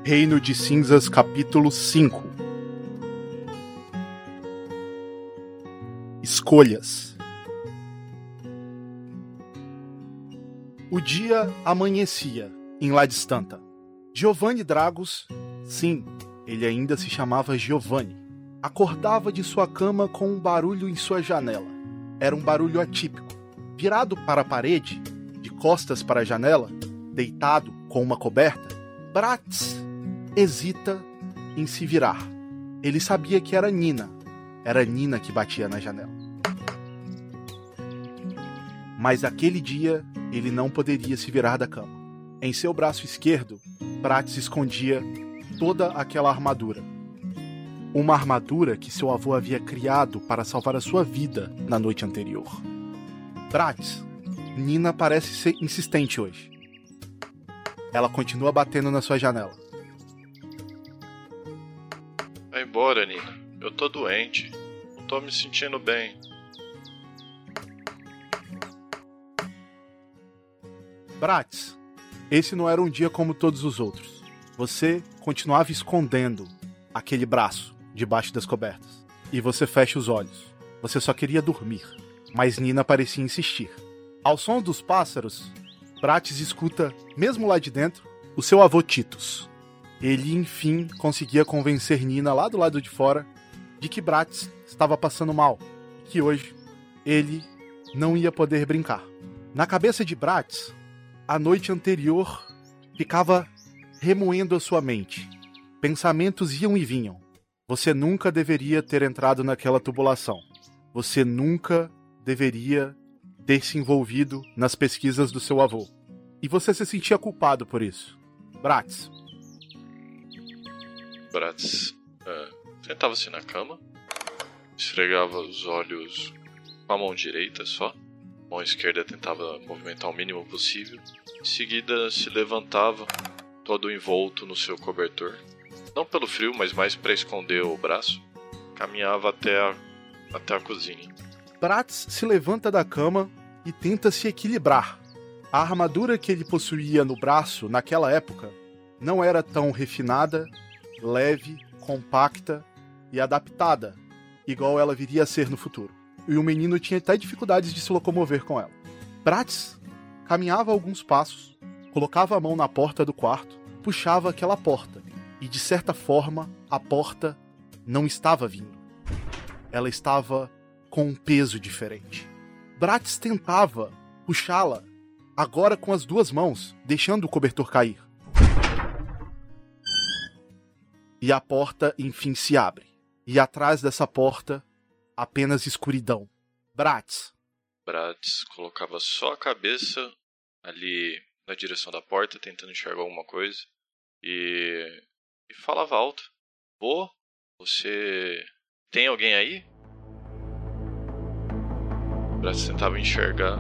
Reino de Cinzas, capítulo 5. Escolhas. O dia amanhecia em La Distanta. Giovanni Dragos, sim, ele ainda se chamava Giovanni, acordava de sua cama com um barulho em sua janela. Era um barulho atípico. Virado para a parede, de costas para a janela, deitado com uma coberta, Bratz hesita em se virar. Ele sabia que era Nina. Era Nina que batia na janela. Mas aquele dia, ele não poderia se virar da cama. Em seu braço esquerdo, Bratz escondia toda aquela armadura. Uma armadura que seu avô havia criado para salvar a sua vida na noite anterior. Bratz, Nina parece ser insistente hoje. Ela continua batendo na sua janela. Vai embora, Nina. Eu tô doente. Não tô me sentindo bem. Bratz, esse não era um dia como todos os outros. Você continuava escondendo aquele braço debaixo das cobertas. E você fecha os olhos. Você só queria dormir. Mas Nina parecia insistir. Ao som dos pássaros, Bratz escuta, mesmo lá de dentro, o seu avô Titus. Ele, enfim, conseguia convencer Nina lá do lado de fora de que Bratz estava passando mal, que hoje ele não ia poder brincar. Na cabeça de Bratz, a noite anterior ficava remoendo a sua mente. Pensamentos iam e vinham. Você nunca deveria ter entrado naquela tubulação. Você nunca deveria ter se envolvido nas pesquisas do seu avô. E você se sentia culpado por isso. Bratz. Bratz sentava-se na cama, esfregava os olhos com a mão direita só. A mão esquerda tentava movimentar o mínimo possível. Em seguida se levantava, todo envolto no seu cobertor. Não pelo frio, mas mais para esconder o braço. Caminhava até a cozinha. Bratz se levanta da cama e tenta se equilibrar. A armadura que ele possuía no braço naquela época não era tão refinada, leve, compacta e adaptada, igual ela viria a ser no futuro. E o menino tinha até dificuldades de se locomover com ela. Bratz caminhava alguns passos, colocava a mão na porta do quarto, puxava aquela porta, e de certa forma a porta não estava vindo. Ela estava com um peso diferente. Bratz tentava puxá-la, agora com as duas mãos, deixando o cobertor cair. E a porta, enfim, se abre. E atrás dessa porta, apenas escuridão. Bratz colocava só a cabeça ali na direção da porta, tentando enxergar alguma coisa. E falava alto. Vô, você tem alguém aí? Bratz tentava enxergar.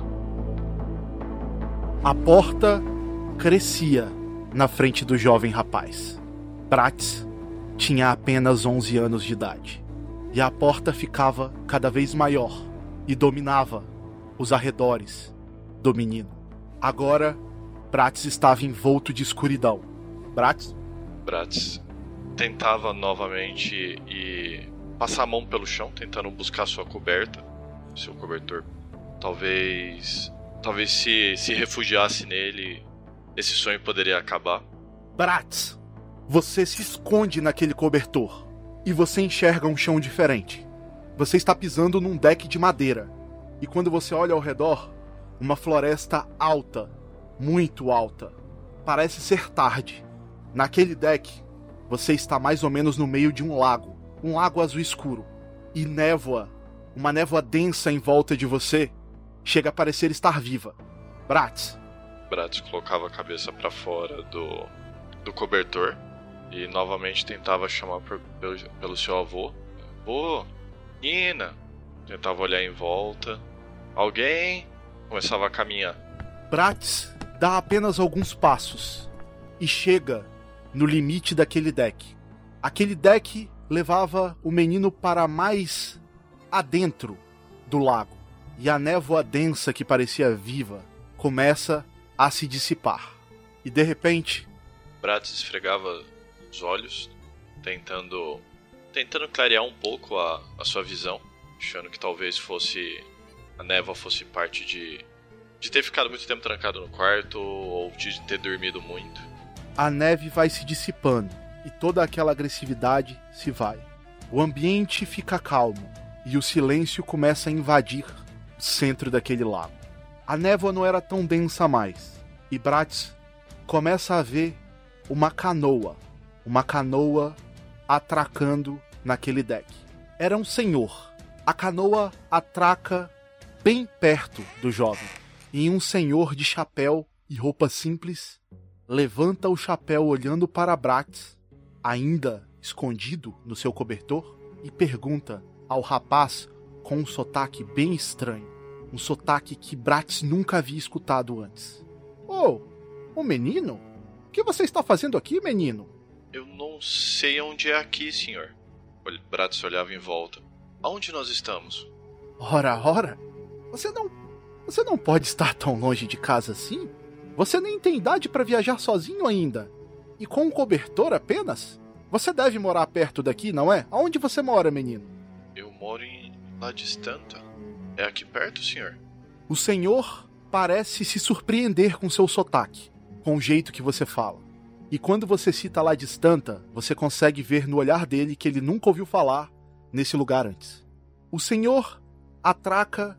A porta crescia na frente do jovem rapaz. Bratz tinha apenas 11 anos de idade. E a porta ficava cada vez maior e dominava os arredores do menino. Agora, Bratz estava envolto de escuridão. Bratz tentava novamente e passar a mão pelo chão, tentando buscar sua coberta, seu cobertor. Talvez se refugiasse nele, esse sonho poderia acabar. Bratz, você se esconde naquele cobertor e você enxerga um chão diferente. Você está pisando num deck de madeira e quando você olha ao redor, uma floresta alta, muito alta. Parece ser tarde. Naquele deck, você está mais ou menos no meio de um lago azul escuro. E névoa, uma névoa densa em volta de você, chega a parecer estar viva. Bratz colocava a cabeça para fora do cobertor e novamente tentava chamar pelo seu avô. Vô, Nina. Tentava olhar em volta. Alguém? Começava a caminhar. Bratz dá apenas alguns passos e chega no limite daquele deck. Aquele deck levava o menino para mais adentro do lago. E a névoa densa que parecia viva começa a se dissipar. E de repente, Bratz esfregava os olhos, tentando clarear um pouco a sua visão, achando que talvez a névoa fosse parte de ter ficado muito tempo trancado no quarto ou de ter dormido muito. A neve vai se dissipando e toda aquela agressividade se vai. O ambiente fica calmo e o silêncio começa a invadir o centro daquele lago. A névoa não era tão densa mais e Bratz começa a ver uma canoa atracando naquele deck. Era um senhor. A canoa atraca bem perto do jovem. E um senhor de chapéu e roupa simples levanta o chapéu olhando para Bratz, ainda escondido no seu cobertor, e pergunta ao rapaz com um sotaque bem estranho. Um sotaque que Bratz nunca havia escutado antes. Oh, um menino? O que você está fazendo aqui, menino? Eu não sei onde é aqui, senhor. Bratz olhava em volta. Aonde nós estamos? Ora, você não pode estar tão longe de casa assim? Você nem tem idade para viajar sozinho ainda. E com um cobertor apenas? Você deve morar perto daqui, não é? Aonde você mora, menino? Eu moro La Distanta. É aqui perto, senhor? O senhor parece se surpreender com seu sotaque, com o jeito que você fala. E quando você cita La Distanta, você consegue ver no olhar dele que ele nunca ouviu falar nesse lugar antes. O senhor atraca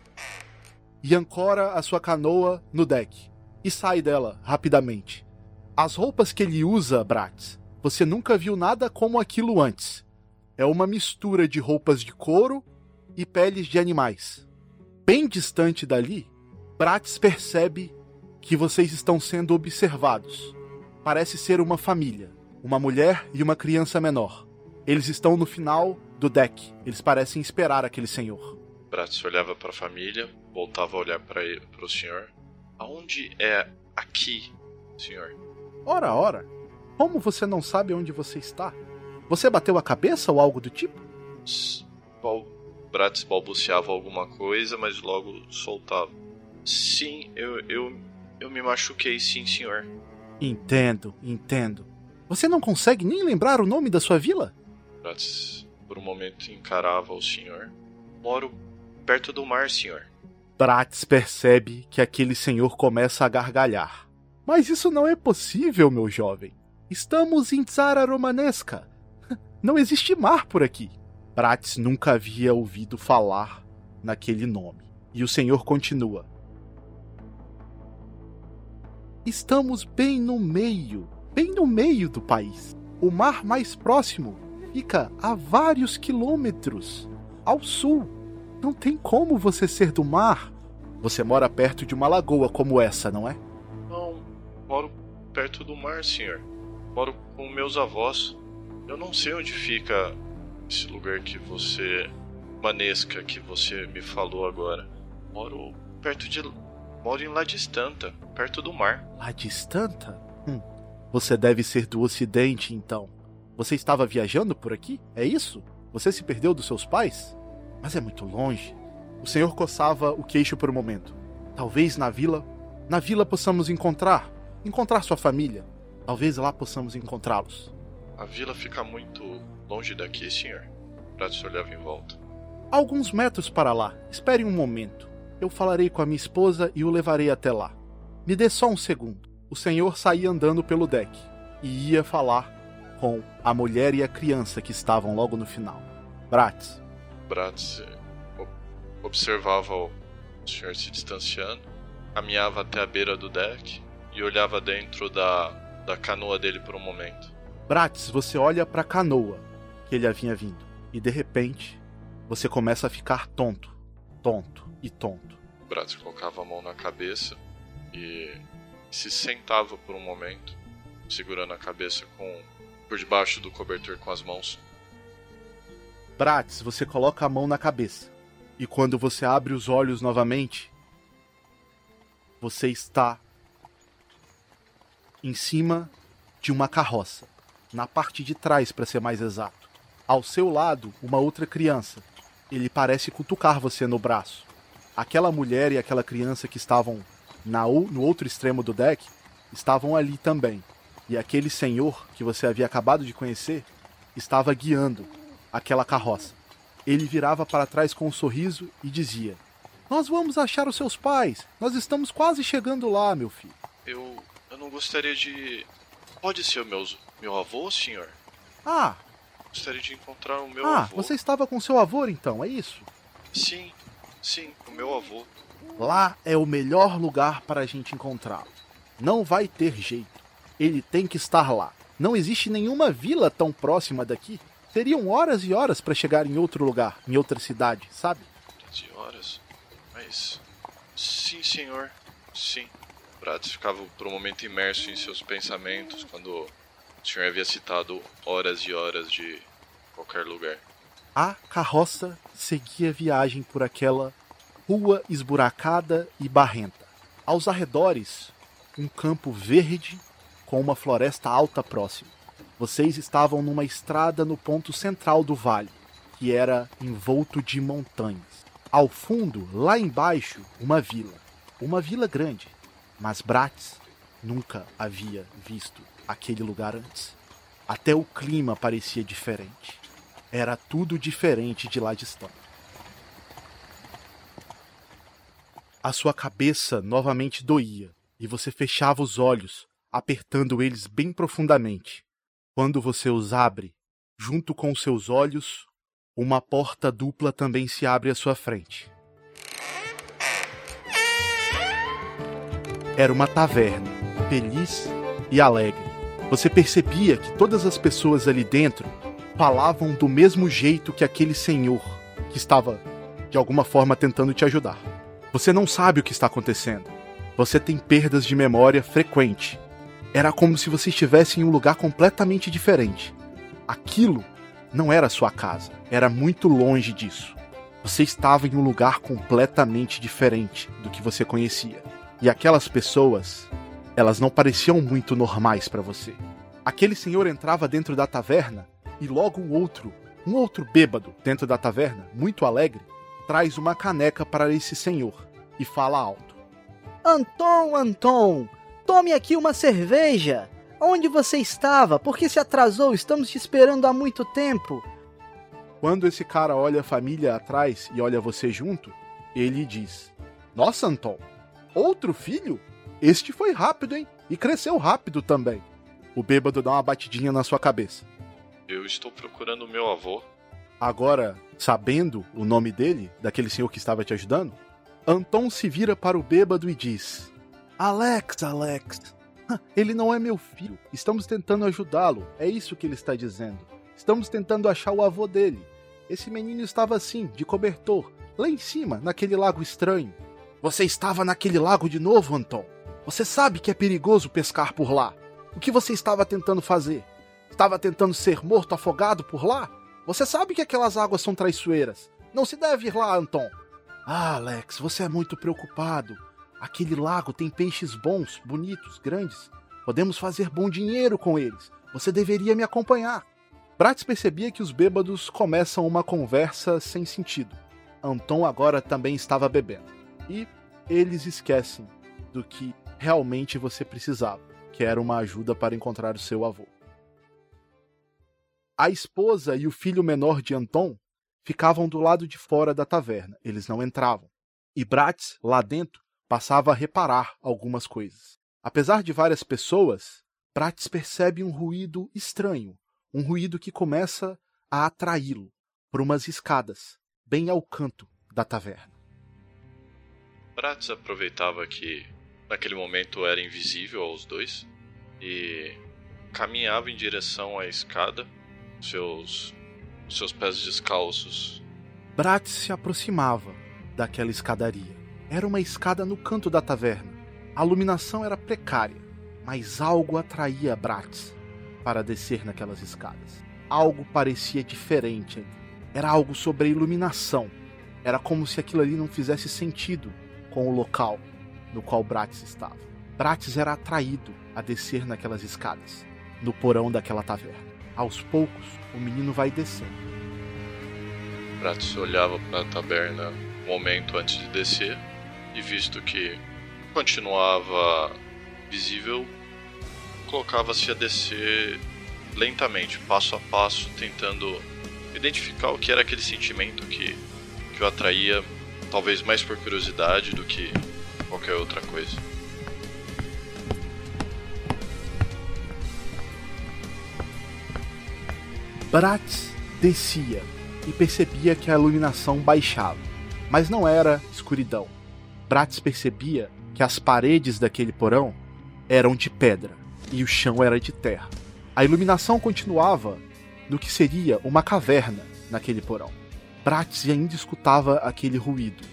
e ancora a sua canoa no deck e sai dela rapidamente. As roupas que ele usa, Bratz, você nunca viu nada como aquilo antes. É uma mistura de roupas de couro e peles de animais. Bem distante dali, Bratz percebe que vocês estão sendo observados. Parece ser uma família, uma mulher e uma criança menor. Eles estão no final do deck. Eles parecem esperar aquele senhor. Bratz olhava para a família, voltava a olhar para o senhor. Aonde é aqui, senhor? Ora, como você não sabe onde você está? Você bateu a cabeça ou algo do tipo? Bratz balbuciava alguma coisa, mas logo soltava. Sim, eu me machuquei, sim, senhor. Entendo. Você não consegue nem lembrar o nome da sua vila? Bratz, por um momento, encarava o senhor. Moro perto do mar, senhor. Bratz percebe que aquele senhor começa a gargalhar. Mas isso não é possível, meu jovem. Estamos em Tsara Romanesca. Não existe mar por aqui. Bratz nunca havia ouvido falar naquele nome. E o senhor continua. Estamos bem no meio do país. O mar mais próximo fica a vários quilômetros ao sul. Não tem como você ser do mar. Você mora perto de uma lagoa como essa, não é? Não, moro perto do mar, senhor. Moro com meus avós. Eu não sei onde fica esse lugar que você... Manesca, que você me falou agora. Moro em La Distanta, perto do mar. La Distanta? Você deve ser do ocidente, então. Você estava viajando por aqui? É isso? Você se perdeu dos seus pais? Mas é muito longe. O senhor coçava o queixo por um momento. Talvez na vila possamos encontrar sua família. Talvez lá possamos encontrá-los. A vila fica muito longe daqui, senhor. Bratz olhava em volta. Alguns metros para lá. Espere um momento. Eu falarei com a minha esposa e o levarei até lá. Me dê só um segundo. O senhor saía andando pelo deck e ia falar com a mulher e a criança que estavam logo no final. Bratz observava o senhor se distanciando, caminhava até a beira do deck e olhava dentro da canoa dele por um momento. Bratz, você olha para a canoa que ele havia vindo e de repente você começa a ficar tonto. Bratz colocava a mão na cabeça e se sentava por um momento, segurando a cabeça por debaixo do cobertor com as mãos. Bratz, você coloca a mão na cabeça. E quando você abre os olhos novamente, você está em cima de uma carroça. Na parte de trás, para ser mais exato. Ao seu lado, uma outra criança. Ele parece cutucar você no braço. Aquela mulher e aquela criança que estavam no outro extremo do deck estavam ali também. E aquele senhor que você havia acabado de conhecer estava guiando aquela carroça. Ele virava para trás com um sorriso e dizia: "Nós vamos achar os seus pais. Nós estamos quase chegando lá, meu filho." Eu não gostaria de... Pode ser o meu avô, senhor? Ah, Gostaria de encontrar o meu avô. você estava com seu avô então, é isso? Sim, o meu avô. Lá é o melhor lugar para a gente encontrá-lo. Não vai ter jeito. Ele tem que estar lá. Não existe nenhuma vila tão próxima daqui. Seriam horas e horas para chegar em outro lugar, em outra cidade, sabe? De horas? Mas... Sim, senhor. Sim. Bratz ficava por um momento imerso em seus pensamentos quando o senhor havia citado horas e horas de qualquer lugar. A carroça seguia viagem por aquela rua esburacada e barrenta. Aos arredores, um campo verde com uma floresta alta próxima. Vocês estavam numa estrada no ponto central do vale, que era envolto de montanhas. Ao fundo, lá embaixo, uma vila. Uma vila grande, mas Bratz nunca havia visto aquele lugar antes. Até o clima parecia diferente. Era tudo diferente de lá distante. A sua cabeça novamente doía e você fechava os olhos, apertando eles bem profundamente. Quando você os abre, junto com os seus olhos, uma porta dupla também se abre à sua frente. Era uma taverna, feliz e alegre. Você percebia que todas as pessoas ali dentro falavam do mesmo jeito que aquele senhor que estava, de alguma forma, tentando te ajudar. Você não sabe o que está acontecendo. Você tem perdas de memória frequente. Era como se você estivesse em um lugar completamente diferente. Aquilo não era sua casa, era muito longe disso. Você estava em um lugar completamente diferente do que você conhecia. E aquelas pessoas, elas não pareciam muito normais para você. Aquele senhor entrava dentro da taverna e logo um outro bêbado dentro da taverna, muito alegre, traz uma caneca para esse senhor e fala alto: Anton, tome aqui uma cerveja. Onde você estava? Por que se atrasou? Estamos te esperando há muito tempo. Quando esse cara olha a família atrás e olha você junto, ele diz: "Nossa, Anton, outro filho? Este foi rápido, hein? E cresceu rápido também." O bêbado dá uma batidinha na sua cabeça. Eu estou procurando o meu avô. Agora, sabendo o nome dele, daquele senhor que estava te ajudando, Anton se vira para o bêbado e diz: Alex, ele não é meu filho. Estamos tentando ajudá-lo. É isso que ele está dizendo. Estamos tentando achar o avô dele. Esse menino estava assim, de cobertor, lá em cima, naquele lago estranho." "Você estava naquele lago de novo, Anton? Você sabe que é perigoso pescar por lá. O que você estava tentando fazer? Estava tentando ser morto afogado por lá? Você sabe que aquelas águas são traiçoeiras. Não se deve ir lá, Anton." "Ah, Alex, você é muito preocupado. Aquele lago tem peixes bons, bonitos, grandes. Podemos fazer bom dinheiro com eles. Você deveria me acompanhar." Bratz percebia que os bêbados começam uma conversa sem sentido. Anton agora também estava bebendo. E eles esquecem do que realmente você precisava, que era uma ajuda para encontrar o seu avô. A esposa e o filho menor de Anton ficavam do lado de fora da taverna. Eles não entravam. E Bratz, lá dentro, passava a reparar algumas coisas. Apesar de várias pessoas, Bratz percebe um ruído estranho, um ruído que começa a atraí-lo por umas escadas, bem ao canto da taverna. Bratz aproveitava que naquele momento era invisível aos dois e caminhava em direção à escada, seus pés descalços. Bratz se aproximava daquela escadaria. Era uma escada no canto da taverna. A iluminação era precária, mas algo atraía Bratz para descer naquelas escadas. Algo parecia diferente ali. Era algo sobre a iluminação. Era como se aquilo ali não fizesse sentido com o local no qual Bratz estava. Bratz era atraído a descer naquelas escadas, no porão daquela taverna. Aos poucos, o menino vai descendo. Bratz olhava para a taberna um momento antes de descer e, visto que continuava visível, colocava-se a descer lentamente, passo a passo, tentando identificar o que era aquele sentimento que o atraía, talvez mais por curiosidade do que qualquer outra coisa. Bratz descia e percebia que a iluminação baixava, mas não era escuridão. Bratz percebia que as paredes daquele porão eram de pedra e o chão era de terra. A iluminação continuava no que seria uma caverna naquele porão. Bratz ainda escutava aquele ruído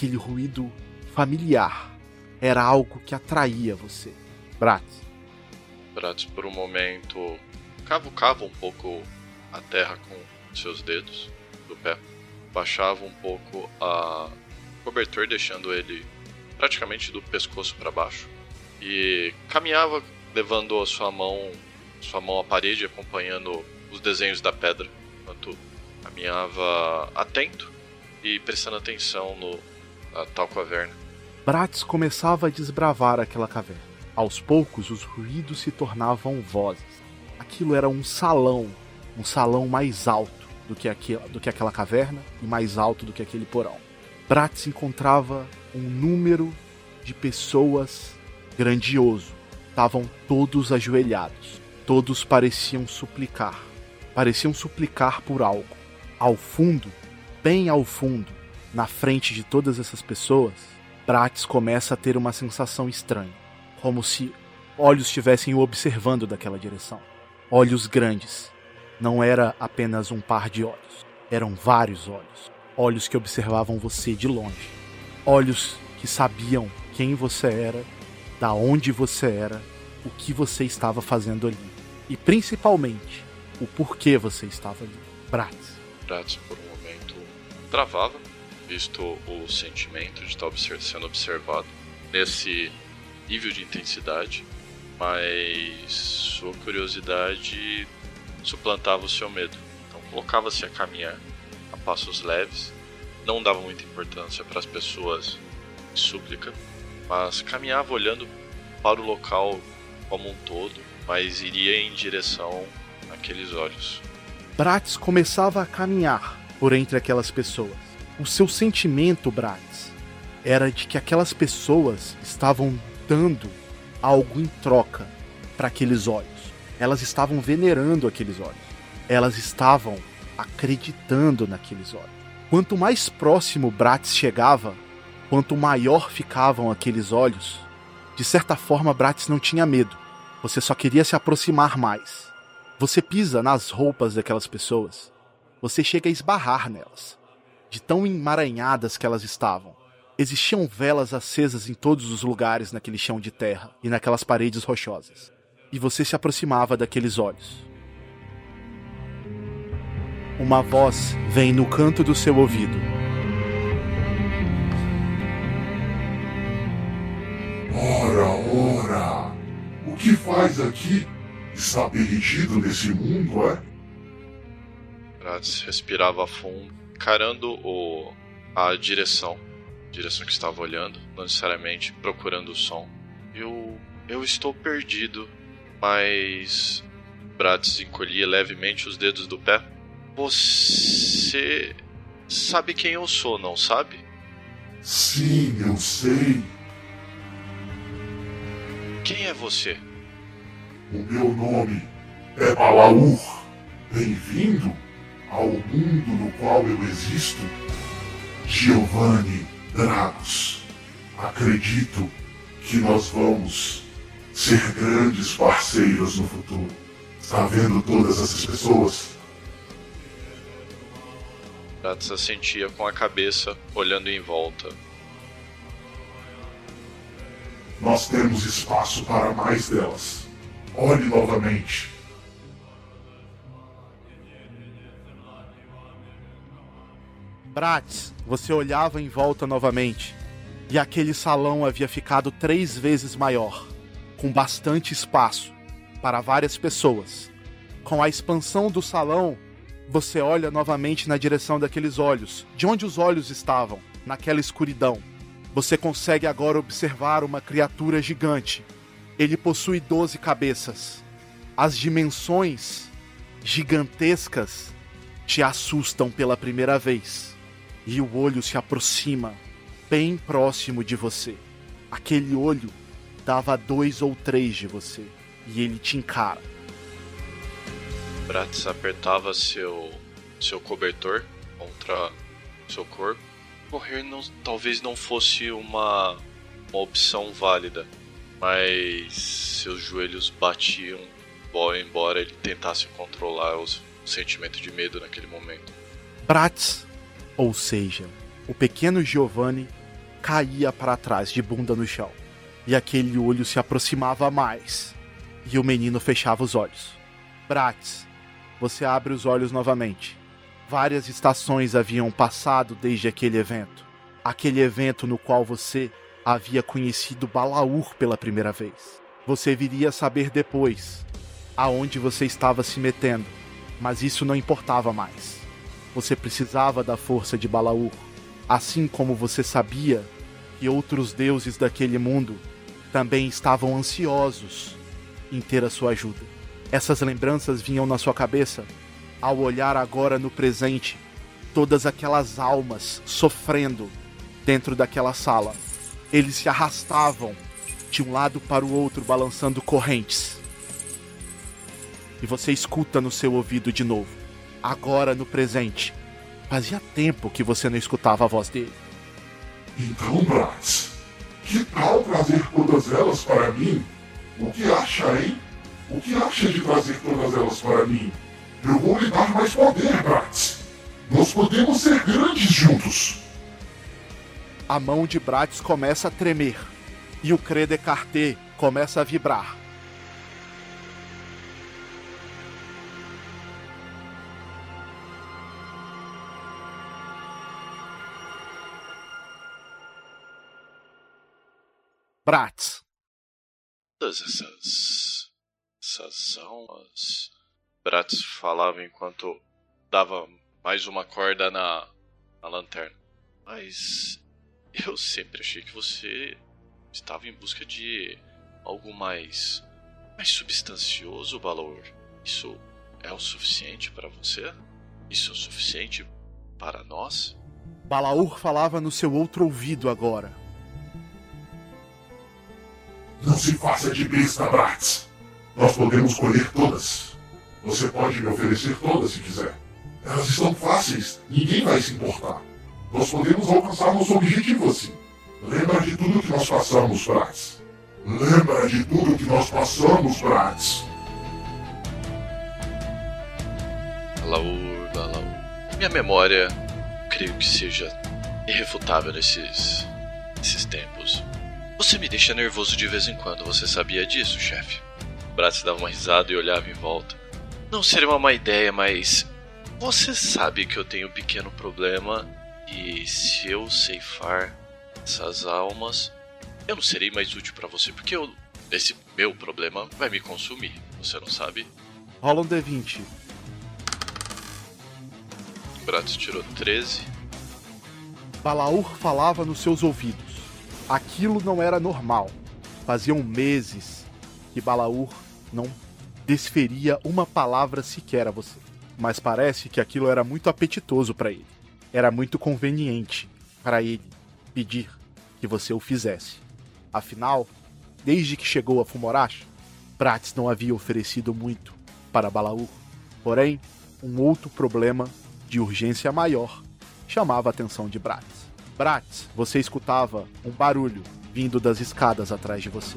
familiar. Era algo que atraía você. Bratz por um momento cavucava um pouco a terra com seus dedos do pé, baixava um pouco o cobertor, deixando ele praticamente do pescoço para baixo, e caminhava levando a sua mão à parede, acompanhando os desenhos da pedra, enquanto caminhava atento e prestando atenção na tal caverna. Bratz começava a desbravar aquela caverna. Aos poucos, os ruídos se tornavam vozes. Aquilo era um salão mais alto do que aquela caverna e mais alto do que aquele porão. Bratz encontrava um número de pessoas grandioso. Estavam todos ajoelhados. Todos pareciam suplicar por algo. Ao fundo, bem ao fundo, na frente de todas essas pessoas, Bratz começa a ter uma sensação estranha, como se olhos estivessem o observando daquela direção. Olhos grandes. Não era apenas um par de olhos, eram vários olhos. Olhos que observavam você de longe. Olhos que sabiam quem você era, da onde você era, o que você estava fazendo ali. E principalmente, o porquê você estava ali. Bratz, por um momento, travava, visto o sentimento de estar sendo observado nesse nível de intensidade, mas sua curiosidade suplantava o seu medo. Então colocava-se a caminhar a passos leves, não dava muita importância para as pessoas em súplica, mas caminhava olhando para o local como um todo, mas iria em direção àqueles olhos. Bratz começava a caminhar por entre aquelas pessoas. O seu sentimento, Bratz, era de que aquelas pessoas estavam dando algo em troca para aqueles olhos. Elas estavam venerando aqueles olhos. Elas estavam acreditando naqueles olhos. Quanto mais próximo Bratz chegava, quanto maior ficavam aqueles olhos. De certa forma, Bratz não tinha medo. Você só queria se aproximar mais. Você pisa nas roupas daquelas pessoas. Você chega a esbarrar nelas. De tão emaranhadas que elas estavam. Existiam velas acesas em todos os lugares naquele chão de terra e naquelas paredes rochosas. E você se aproximava daqueles olhos. Uma voz vem no canto do seu ouvido. Ora! O que faz aqui? Está perdido nesse mundo, é? Bratz respirava fundo, encarando a direção que estava olhando, não necessariamente procurando o som. Eu estou perdido, mas Bratz encolhia levemente os dedos do pé. Você sabe quem eu sou, não sabe? Sim, eu sei. Quem é você? O meu nome é Balaur. Bem-vindo ao mundo no qual eu existo. Giovanni Dragos. Acredito que nós vamos ser grandes parceiros no futuro. Está vendo todas essas pessoas? Bratz assentia com a cabeça, olhando em volta. Nós temos espaço para mais delas. Olhe novamente. Bratz, você olhava em volta novamente, e aquele salão havia ficado 3 vezes maior, com bastante espaço para várias pessoas. Com a expansão do salão, você olha novamente na direção daqueles olhos, de onde os olhos estavam, naquela escuridão. Você consegue agora observar uma criatura gigante. Ele possui 12 cabeças. As dimensões gigantescas te assustam pela primeira vez. E o olho se aproxima, bem próximo de você. Aquele olho dava 2 ou 3 de você. E ele te encara. Bratz apertava seu cobertor contra seu corpo. Correr talvez não fosse uma opção válida, mas seus joelhos batiam, embora ele tentasse controlar o sentimento de medo naquele momento. Bratz, ou seja, o pequeno Giovanni, caía para trás de bunda no chão. E aquele olho se aproximava mais. E o menino fechava os olhos. Bratz, você abre os olhos novamente. Várias estações haviam passado desde aquele evento. Aquele evento no qual você havia conhecido Balaur pela primeira vez. Você viria a saber depois aonde você estava se metendo, mas isso não importava mais. Você precisava da força de Balaur, assim como você sabia que outros deuses daquele mundo também estavam ansiosos em ter a sua ajuda. Essas lembranças vinham na sua cabeça ao olhar agora no presente todas aquelas almas sofrendo dentro daquela sala. Eles se arrastavam de um lado para o outro, balançando correntes. E você escuta no seu ouvido de novo, agora no presente. Fazia tempo que você não escutava a voz dele. Então, Bratz, que tal trazer todas elas para mim? O que acha, hein? O que acha de trazer todas elas para mim? Eu vou lhe dar mais poder, Bratz. Nós podemos ser grandes juntos. A mão de Bratz começa a tremer e o Crê Descartes começa a vibrar. Bratz. Todas essas almas... Bratz falava enquanto dava mais uma corda na lanterna. Mas eu sempre achei que você estava em busca de algo mais substancioso, Balaur. Isso é o suficiente para você? Isso é o suficiente para nós? Balaur falava no seu outro ouvido agora. Não se faça de besta, Bratz. Nós podemos colher todas. Você pode me oferecer todas se quiser. Elas estão fáceis, ninguém vai se importar. Nós podemos alcançar nosso objetivo assim. Lembra de tudo que nós passamos, Bratz. Lembra de tudo que nós passamos, Bratz. Balaur. Minha memória, creio que seja irrefutável nesses tempos. Você me deixa nervoso de vez em quando, você sabia disso, chefe? Bratz dava uma risada e olhava em volta. Não seria uma má ideia, mas você sabe que eu tenho um pequeno problema e se eu ceifar essas almas, eu não serei mais útil pra você, porque esse meu problema vai me consumir, você não sabe? Rola um D20. Bratz tirou 13. Balaur falava nos seus ouvidos. Aquilo não era normal. Faziam meses que Balaur não desferia uma palavra sequer a você. Mas parece que aquilo era muito apetitoso para ele. Era muito conveniente para ele pedir que você o fizesse. Afinal, desde que chegou a Fumorash, Bratz não havia oferecido muito para Balaur. Porém, um outro problema de urgência maior chamava a atenção de Bratz. Bratz, você escutava um barulho vindo das escadas atrás de você.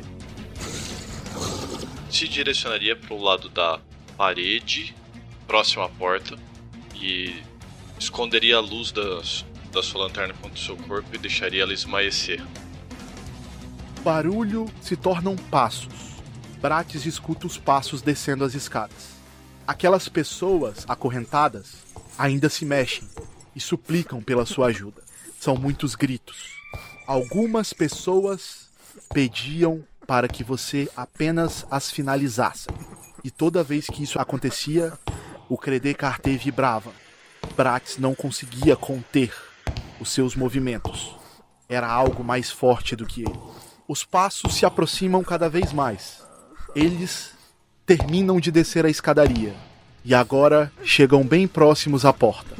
Se direcionaria para o lado da parede, próximo à porta, e esconderia a luz da sua lanterna contra o seu corpo e deixaria ela esmaecer. O barulho se tornam passos. Bratz escuta os passos descendo as escadas. Aquelas pessoas acorrentadas ainda se mexem e suplicam pela sua ajuda. São muitos gritos. Algumas pessoas pediam para que você apenas as finalizasse. E toda vez que isso acontecia, o Crê Descartes vibrava. Bratz não conseguia conter os seus movimentos. Era algo mais forte do que ele. Os passos se aproximam cada vez mais. Eles terminam de descer a escadaria e agora chegam bem próximos à porta.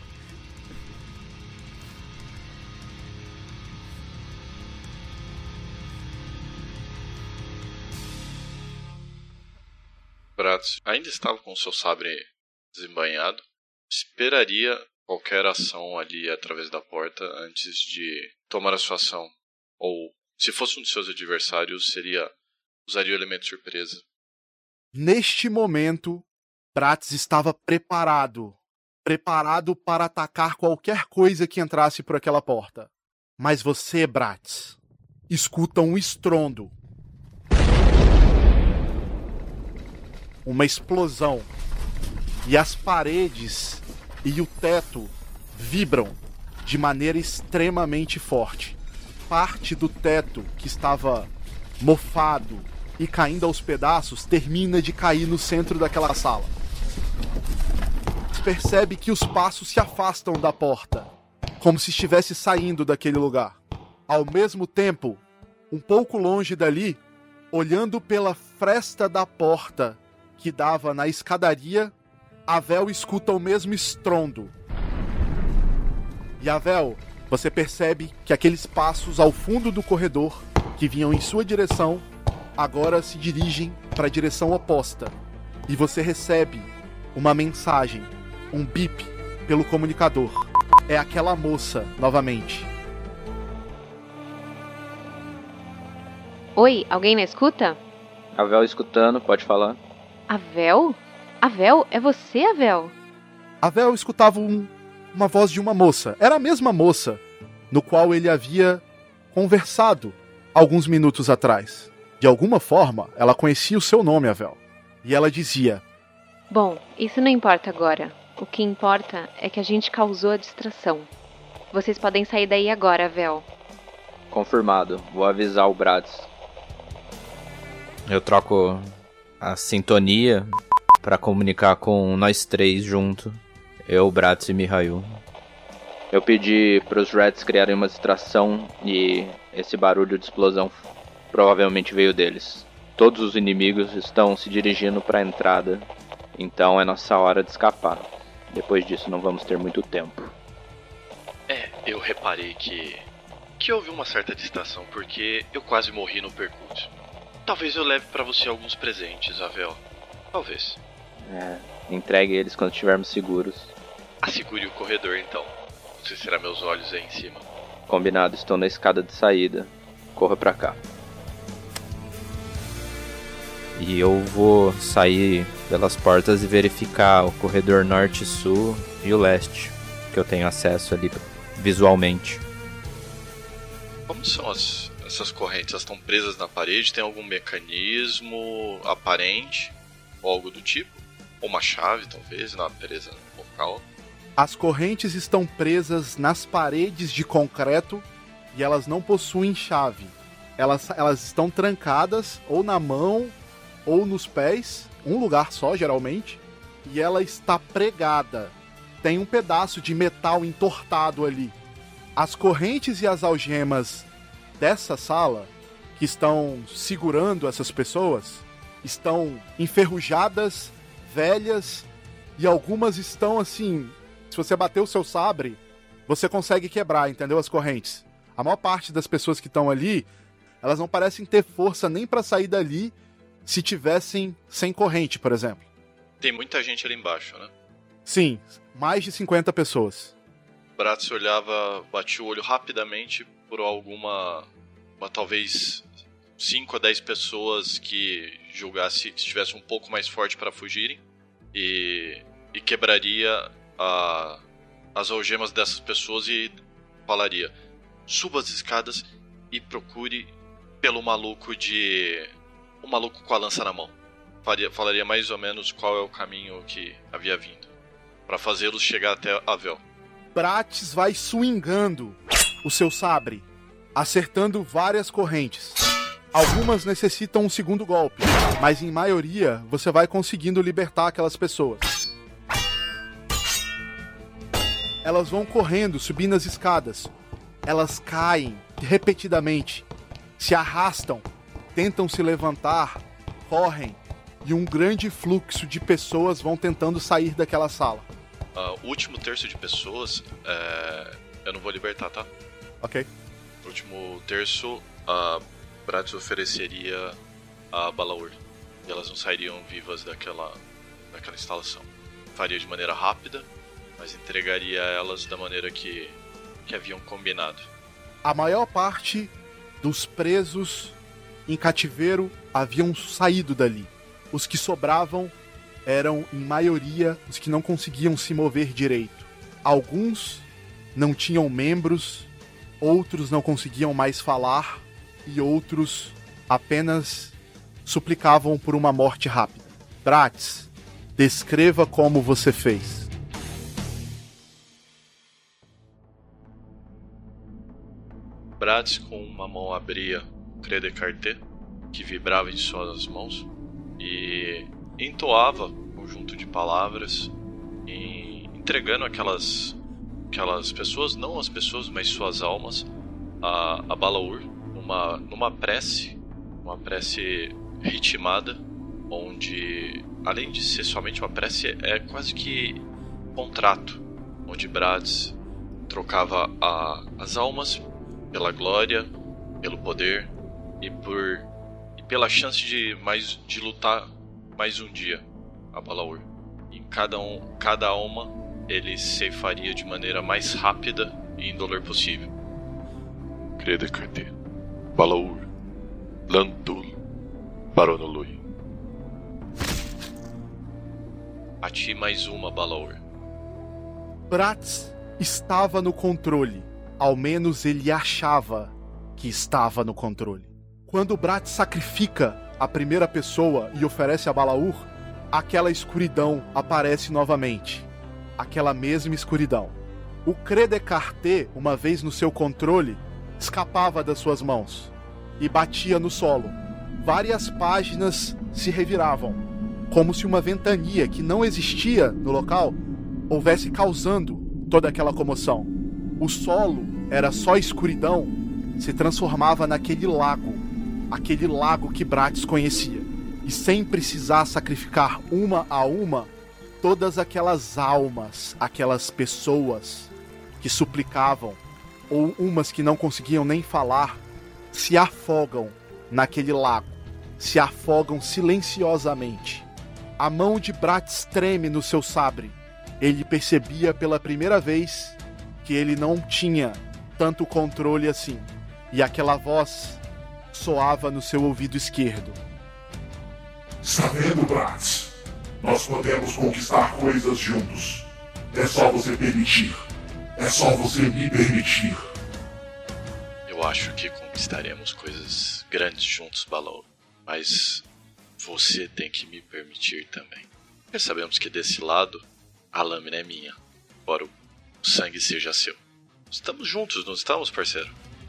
Bratz ainda estava com seu sabre desembainhado. Esperaria qualquer ação ali através da porta antes de tomar a sua ação. Ou, se fosse um de seus adversários, usaria o elemento surpresa. Neste momento, Bratz estava preparado para atacar qualquer coisa que entrasse por aquela porta. Mas você, Bratz, escuta um estrondo. Uma explosão. E as paredes e o teto vibram de maneira extremamente forte. Parte do teto que estava mofado e caindo aos pedaços termina de cair no centro daquela sala. Você percebe que os passos se afastam da porta, como se estivesse saindo daquele lugar. Ao mesmo tempo, um pouco longe dali, olhando pela fresta da porta que dava na escadaria, Avel escuta o mesmo estrondo. E Avel, você percebe que aqueles passos ao fundo do corredor, que vinham em sua direção, agora se dirigem para a direção oposta. E você recebe uma mensagem, um bip, pelo comunicador. É aquela moça, novamente. Oi, alguém na escuta? Avel escutando, pode falar. Avel? Avel? É você, Avel? Avel escutava uma voz de uma moça. Era a mesma moça no qual ele havia conversado alguns minutos atrás. De alguma forma, ela conhecia o seu nome, Avel. E ela dizia: Bom, isso não importa agora. O que importa é que a gente causou a distração. Vocês podem sair daí agora, Avel. Confirmado. Vou avisar o Bratz. Eu troco a sintonia pra comunicar com nós três junto. Eu, Bratz e Mihail. Eu pedi pros Reds criarem uma distração e esse barulho de explosão provavelmente veio deles. Todos os inimigos estão se dirigindo para a entrada, então é nossa hora de escapar. Depois disso não vamos ter muito tempo. Eu reparei que houve uma certa distração, porque eu quase morri no percurso. Talvez eu leve pra você alguns presentes, Avel. Talvez. Entregue eles quando estivermos seguros. Assegure o corredor, então. Você será meus olhos aí em cima. Combinado, estou na escada de saída. Corra pra cá. E eu vou sair pelas portas e verificar o corredor norte, sul e o leste, que eu tenho acesso ali visualmente. Como são essas correntes? Elas estão presas na parede? Tem algum mecanismo aparente? Ou algo do tipo? Ou uma chave, talvez, na presa local? As correntes estão presas nas paredes de concreto e elas não possuem chave. Elas estão trancadas ou na mão ou nos pés, um lugar só, geralmente, e ela está pregada. Tem um pedaço de metal entortado ali. As correntes e as algemas dessa sala, que estão segurando essas pessoas, estão enferrujadas, velhas, e algumas estão assim... Se você bater o seu sabre, você consegue quebrar, entendeu? As correntes. A maior parte das pessoas que estão ali, elas não parecem ter força nem pra sair dali se tivessem sem corrente, por exemplo. Tem muita gente ali embaixo, né? Sim, mais de 50 pessoas. Bratz olhava, batia o olho rapidamente por talvez 5 a 10 pessoas que julgasse que estivesse um pouco mais forte para fugirem e quebraria as algemas dessas pessoas e falaria: suba as escadas e procure pelo maluco um maluco com a lança na mão. Falaria mais ou menos qual é o caminho que havia vindo, para fazê-los chegar até Avel. Bratz vai swingando o seu sabre, acertando várias correntes. Algumas necessitam um segundo golpe, mas em maioria você vai conseguindo libertar aquelas pessoas. Elas vão correndo, subindo as escadas. Elas caem repetidamente, se arrastam, tentam se levantar, correm, e um grande fluxo de pessoas vão tentando sair daquela sala. O último terço de pessoas, eu não vou libertar, tá? Ok. O último terço, Bratz ofereceria a Balaur. E elas não sairiam vivas daquela instalação. Faria de maneira rápida, mas entregaria elas da maneira que haviam combinado. A maior parte dos presos em cativeiro haviam saído dali. Os que sobravam eram, em maioria, os que não conseguiam se mover direito. Alguns não tinham membros, outros não conseguiam mais falar e outros apenas suplicavam por uma morte rápida. Bratz, descreva como você fez. Bratz com uma mão abria o Clé de Carté, que vibrava em suas mãos, e entoava um conjunto de palavras, entregando aquelas pessoas, não as pessoas, mas suas almas, a Balaur, numa prece, uma prece ritmada, onde, além de ser somente uma prece, é quase que um contrato, onde Bratz trocava as almas pela glória, pelo poder e pela chance de lutar mais um dia a Balaur. E cada alma ele ceifaria de maneira mais rápida e indolor possível. Clé de Carté, Balaur, Landul, Baronului. A ti mais uma, Balaur. Bratz estava no controle. Ao menos ele achava que estava no controle. Quando Bratz sacrifica a primeira pessoa e oferece a Balaur, aquela escuridão aparece novamente. Aquela mesma escuridão. O Clé de Carté, uma vez no seu controle, escapava das suas mãos e batia no solo. Várias páginas se reviravam, como se uma ventania que não existia no local houvesse causando toda aquela comoção. O solo era só escuridão, se transformava naquele lago que Bratz conhecia. E sem precisar sacrificar uma a uma, todas aquelas almas, aquelas pessoas que suplicavam, ou umas que não conseguiam nem falar, se afogam naquele lago, se afogam silenciosamente. A mão de Bratz treme no seu sabre. Ele percebia pela primeira vez que ele não tinha tanto controle assim. E aquela voz soava no seu ouvido esquerdo. Está vendo, Bratz? Nós podemos conquistar coisas juntos. É só você permitir. É só você me permitir. Eu acho que conquistaremos coisas grandes juntos, Balaur. Mas você tem que me permitir também. Porque sabemos que desse lado, a lâmina é minha. Embora o sangue seja seu. Estamos juntos, não estamos, parceiro?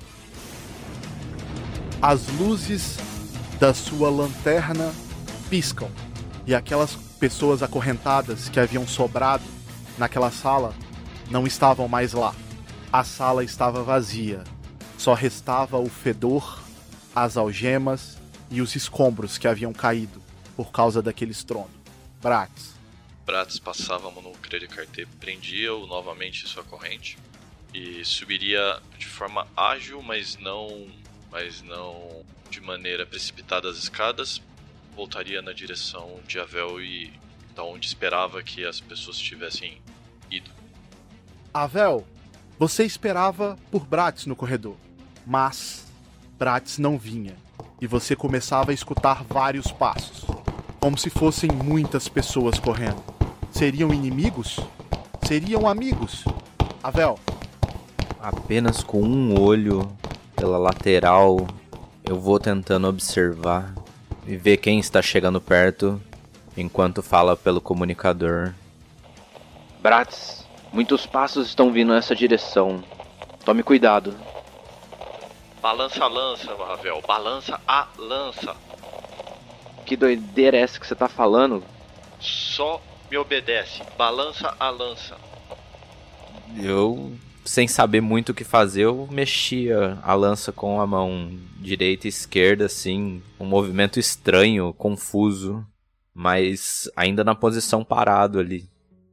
As luzes da sua lanterna piscam. E aquelas pessoas acorrentadas que haviam sobrado naquela sala não estavam mais lá. A sala estava vazia. Só restava o fedor, as algemas e os escombros que haviam caído por causa daquele estrondo. Bratz passava a mão no Clé de Carté, prendia-o novamente em sua corrente e subiria de forma ágil, mas não de maneira precipitada as escadas. Voltaria na direção de Avel e da onde esperava que as pessoas tivessem ido. Avel, você esperava por Bratz no corredor, mas Bratz não vinha e você começava a escutar vários passos, como se fossem muitas pessoas correndo. Seriam inimigos? Seriam amigos? Avel? Apenas com um olho pela lateral, eu vou tentando observar e ver quem está chegando perto, enquanto fala pelo comunicador. Bratz, muitos passos estão vindo nessa direção. Tome cuidado. Balança a lança, Avel. Balança a lança. Que doideira é essa que você tá falando? Só me obedece. Balança a lança. Eu sem saber muito o que fazer, eu mexia a lança com a mão direita e esquerda, assim, um movimento estranho, confuso, mas ainda na posição parado ali.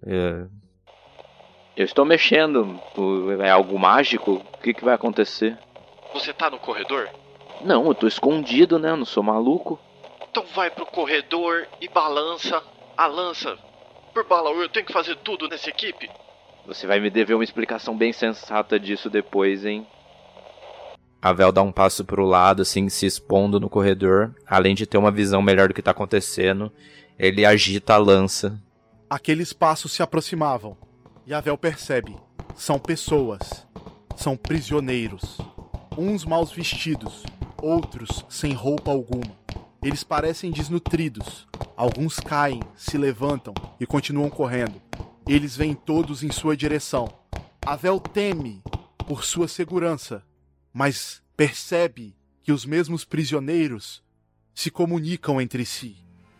Eu estou mexendo. É algo mágico? O que vai acontecer? Você tá no corredor? Não, eu tô escondido, né? Eu não sou maluco. Então vai pro corredor e balança a lança. Por Balaur, eu tenho que fazer tudo nessa equipe? Você vai me dever uma explicação bem sensata disso depois, hein? A Vel dá um passo pro lado, assim, se expondo no corredor. Além de ter uma visão melhor do que tá acontecendo, ele agita a lança. Aqueles passos se aproximavam. E a Vel percebe. São pessoas. São prisioneiros. Uns mal vestidos, outros sem roupa alguma. Eles parecem desnutridos. Alguns caem, se levantam e continuam correndo. Eles vêm todos em sua direção. A Vel teme por sua segurança, mas percebe que os mesmos prisioneiros se comunicam entre si.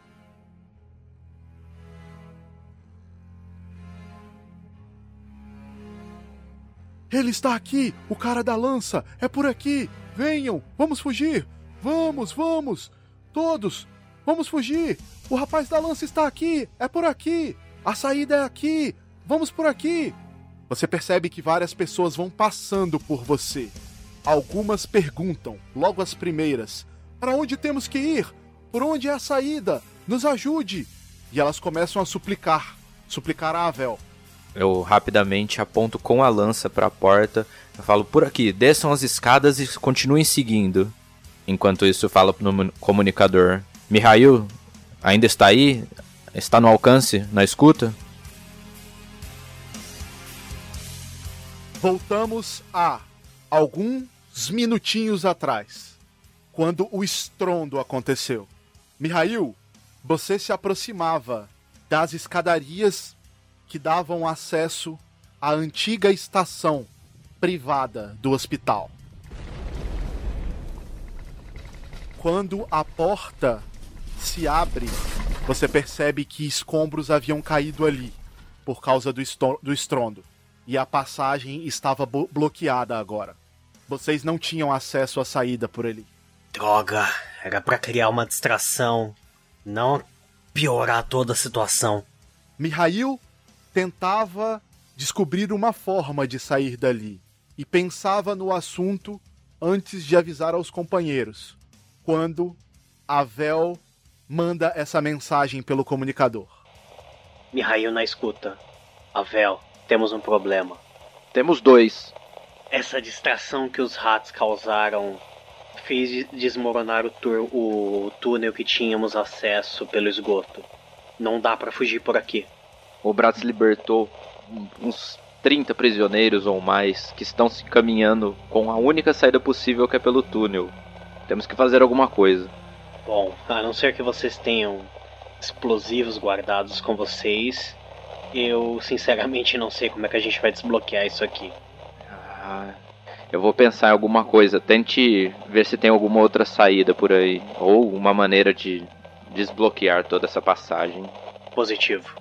Ele está aqui! O cara da lança! É por aqui! Venham! Vamos fugir! Vamos! Todos! Vamos fugir! O rapaz da lança está aqui! É por aqui! A saída é aqui! Vamos por aqui! Você percebe que várias pessoas vão passando por você. Algumas perguntam, logo as primeiras: para onde temos que ir? Por onde é a saída? Nos ajude! E elas começam a suplicar a Avel. Eu rapidamente aponto com a lança para a porta. Eu falo, por aqui, desçam as escadas e continuem seguindo. Enquanto isso eu falo no comunicador: Mihail, ainda está aí? Está no alcance? Na escuta? Voltamos a alguns minutinhos atrás, quando o estrondo aconteceu. Mihail, você se aproximava das escadarias que davam acesso à antiga estação privada do hospital. Quando a porta se abre, você percebe que escombros haviam caído ali por causa do estrondo. E a passagem estava bloqueada agora. Vocês não tinham acesso à saída por ali. Droga, era pra criar uma distração, não piorar toda a situação. Mihail tentava descobrir uma forma de sair dali e pensava no assunto antes de avisar aos companheiros, quando a Vel manda essa mensagem pelo comunicador. Mihail na escuta. Avel, temos um problema. Temos 2. Essa distração que os rats causaram fez desmoronar o túnel que tínhamos acesso pelo esgoto. Não dá pra fugir por aqui. O Bratz libertou uns 30 prisioneiros ou mais que estão se caminhando com a única saída possível, que é pelo túnel. Temos que fazer alguma coisa. Bom, a não ser que vocês tenham explosivos guardados com vocês, eu sinceramente não sei como é que a gente vai desbloquear isso aqui. Eu vou pensar em alguma coisa. Tente ver se tem alguma outra saída por aí, ou uma maneira de desbloquear toda essa passagem. Positivo.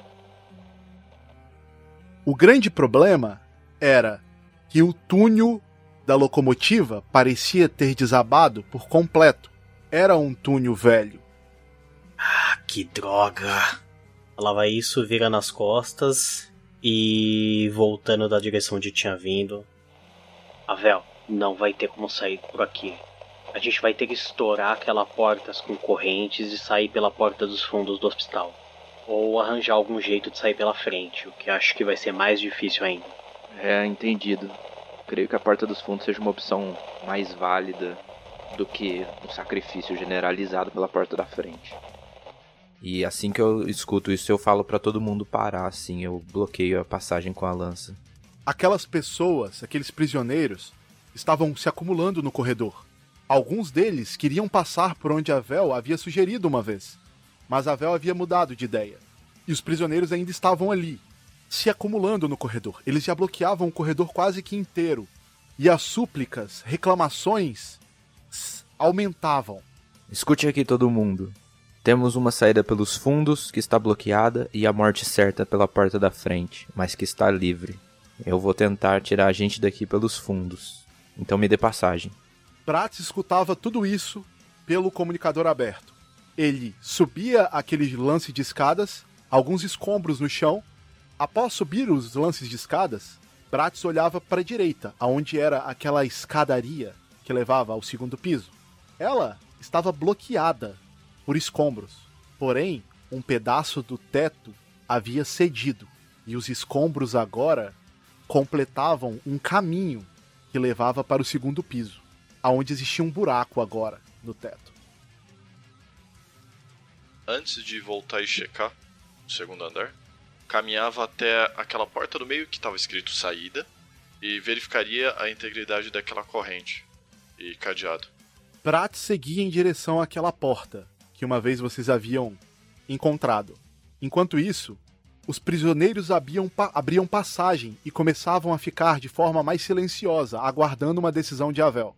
O grande problema era que o túnel da locomotiva parecia ter desabado por completo. Era um túnel velho. Ah, que droga. Falava isso, vira nas costas e voltando da direção onde tinha vindo. Avel, não vai ter como sair por aqui. A gente vai ter que estourar aquela porta com correntes e sair pela porta dos fundos do hospital. Ou arranjar algum jeito de sair pela frente, o que acho que vai ser mais difícil ainda. Entendido. Creio que a porta dos fundos seja uma opção mais válida do que um sacrifício generalizado pela porta da frente. E assim que eu escuto isso, eu falo pra todo mundo parar, assim, eu bloqueio a passagem com a lança. Aquelas pessoas, aqueles prisioneiros, estavam se acumulando no corredor. Alguns deles queriam passar por onde a Vel havia sugerido uma vez, mas a Vel havia mudado de ideia. E os prisioneiros ainda estavam ali, se acumulando no corredor. Eles já bloqueavam o corredor quase que inteiro. E as súplicas, reclamações aumentavam. Escute aqui todo mundo. Temos uma saída pelos fundos que está bloqueada e a morte certa pela porta da frente, mas que está livre. Eu vou tentar tirar a gente daqui pelos fundos. Então me dê passagem. Bratz escutava tudo isso pelo comunicador aberto. Ele subia aquele lance de escadas, alguns escombros no chão. Após subir os lances de escadas, Bratz olhava para a direita, aonde era aquela escadaria que levava ao segundo piso. Ela estava bloqueada por escombros, porém, um pedaço do teto havia cedido, e os escombros agora completavam um caminho que levava para o segundo piso, aonde existia um buraco agora no teto. Antes de voltar e checar o segundo andar, caminhava até aquela porta do meio que estava escrito saída e verificaria a integridade daquela corrente e cadeado. Bratz seguia em direção àquela porta que uma vez vocês haviam encontrado. Enquanto isso, os prisioneiros abriam passagem e começavam a ficar de forma mais silenciosa, aguardando uma decisão de Havel.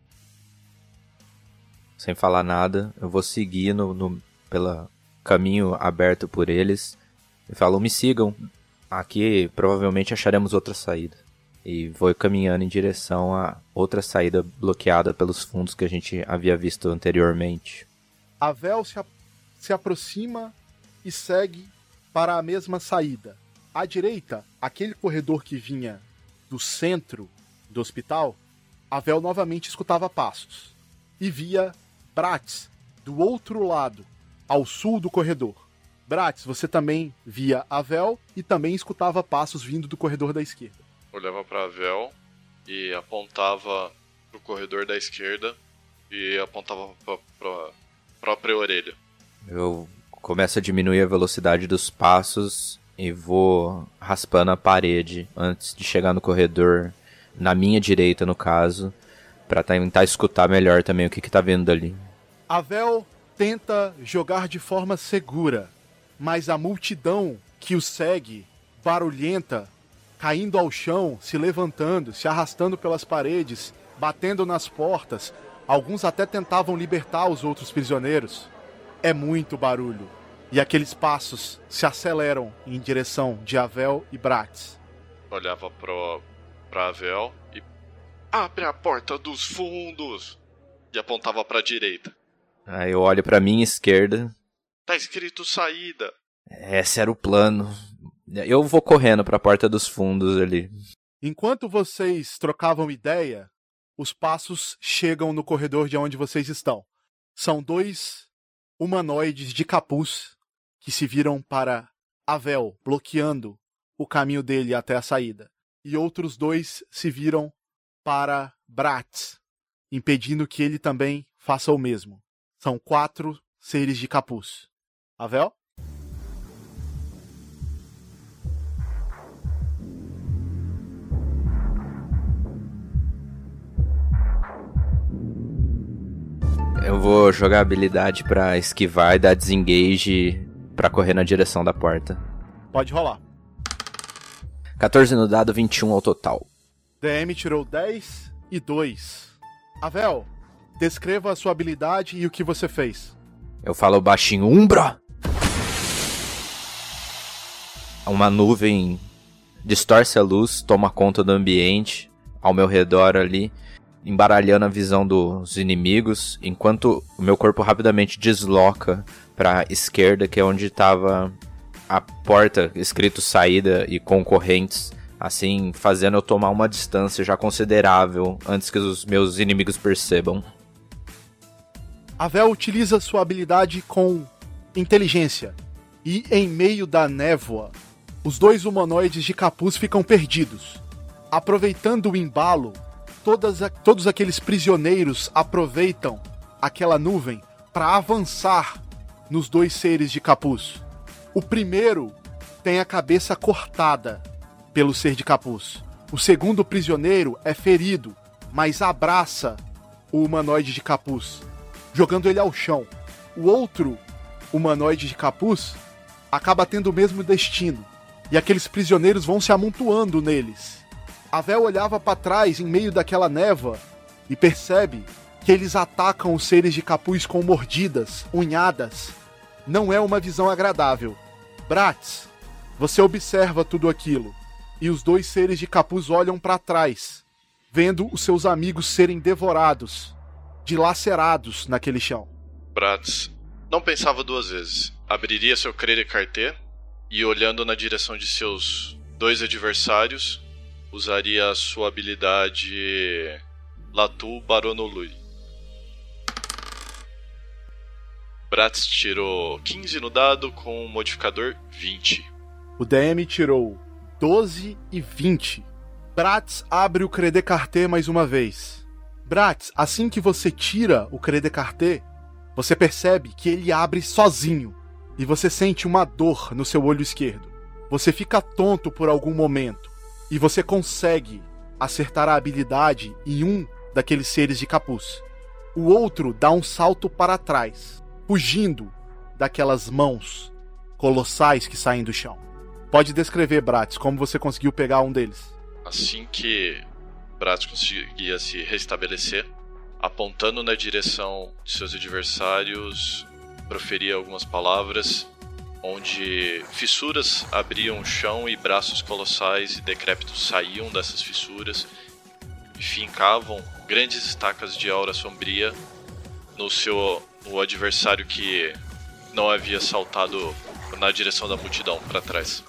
Sem falar nada, eu vou seguir pelo caminho aberto por eles e falo, me sigam, aqui provavelmente acharemos outra saída. E vou caminhando em direção a outra saída bloqueada pelos fundos que a gente havia visto anteriormente. Havel se aproxima e segue para a mesma saída. À direita, aquele corredor que vinha do centro do hospital, Havel novamente escutava passos e via Bratz do outro lado, ao sul do corredor. Bratz, você também via Havel e também escutava passos vindo do corredor da esquerda. Olhava para Havel e apontava pro corredor da esquerda e apontava para própria orelha. Eu começo a diminuir a velocidade dos passos e vou raspando a parede antes de chegar no corredor, na minha direita no caso, para tentar escutar melhor também o que tá vindo dali. Havel tenta jogar de forma segura, mas a multidão que o segue, barulhenta, caindo ao chão, se levantando, se arrastando pelas paredes, batendo nas portas, alguns até tentavam libertar os outros prisioneiros. É muito barulho, e aqueles passos se aceleram em direção de Havel e Bratz. Olhava pra Havel e... Abre a porta dos fundos! E apontava pra direita. Aí eu olho pra minha esquerda. Tá escrito saída. Esse era o plano. Eu vou correndo pra porta dos fundos ali. Enquanto vocês trocavam ideia, os passos chegam no corredor de onde vocês estão. São 2 humanoides de capuz que se viram para Havel, bloqueando o caminho dele até a saída. E outros 2 se viram para Bratz, impedindo que ele também faça o mesmo. São 4 seres de capuz. Havel? Eu vou jogar a habilidade pra esquivar e dar desengage pra correr na direção da porta. Pode rolar. 14 no dado, 21 ao total. DM tirou 10 e 2. Havel, descreva a sua habilidade e o que você fez. Eu falo baixinho, Umbra! Uma nuvem distorce a luz, toma conta do ambiente ao meu redor ali, embaralhando a visão dos inimigos, enquanto o meu corpo rapidamente desloca para a esquerda, que é onde estava a porta escrito saída e concorrentes, assim fazendo eu tomar uma distância já considerável antes que os meus inimigos percebam. Havel utiliza sua habilidade com inteligência, e em meio da névoa, os 2 humanoides de capuz ficam perdidos. Aproveitando o embalo, todos aqueles prisioneiros aproveitam aquela nuvem para avançar nos 2 seres de capuz. O primeiro tem a cabeça cortada pelo ser de capuz. O segundo prisioneiro é ferido, mas abraça o humanoide de capuz, jogando ele ao chão. O outro humanoide de capuz acaba tendo o mesmo destino, e aqueles prisioneiros vão se amontoando neles. Havel olhava para trás em meio daquela névoa e percebe que eles atacam os seres de capuz com mordidas, unhadas. Não é uma visão agradável. Bratz, você observa tudo aquilo e os 2 seres de capuz olham para trás, vendo os seus amigos serem devorados, dilacerados naquele chão. Bratz não pensava 2 vezes. Abriria seu Credit Carte e, olhando na direção de seus 2 adversários, usaria a sua habilidade Latu Baronului. Bratz tirou 15 no dado com um modificador 20. O DM tirou 12 e 20. Bratz abre o Credit Carte mais uma vez. Bratz, assim que você tira o Credit Carte, você percebe que ele abre sozinho. E você sente uma dor no seu olho esquerdo. Você fica tonto por algum momento. E você consegue acertar a habilidade em um daqueles seres de capuz. O outro dá um salto para trás, fugindo daquelas mãos colossais que saem do chão. Pode descrever, Bratz, como você conseguiu pegar um deles. Assim que Bratz conseguia se restabelecer, apontando na direção de seus adversários, proferia algumas palavras, onde fissuras abriam o chão e braços colossais e decrépitos saíam dessas fissuras e fincavam grandes estacas de aura sombria no adversário que não havia saltado na direção da multidão para trás.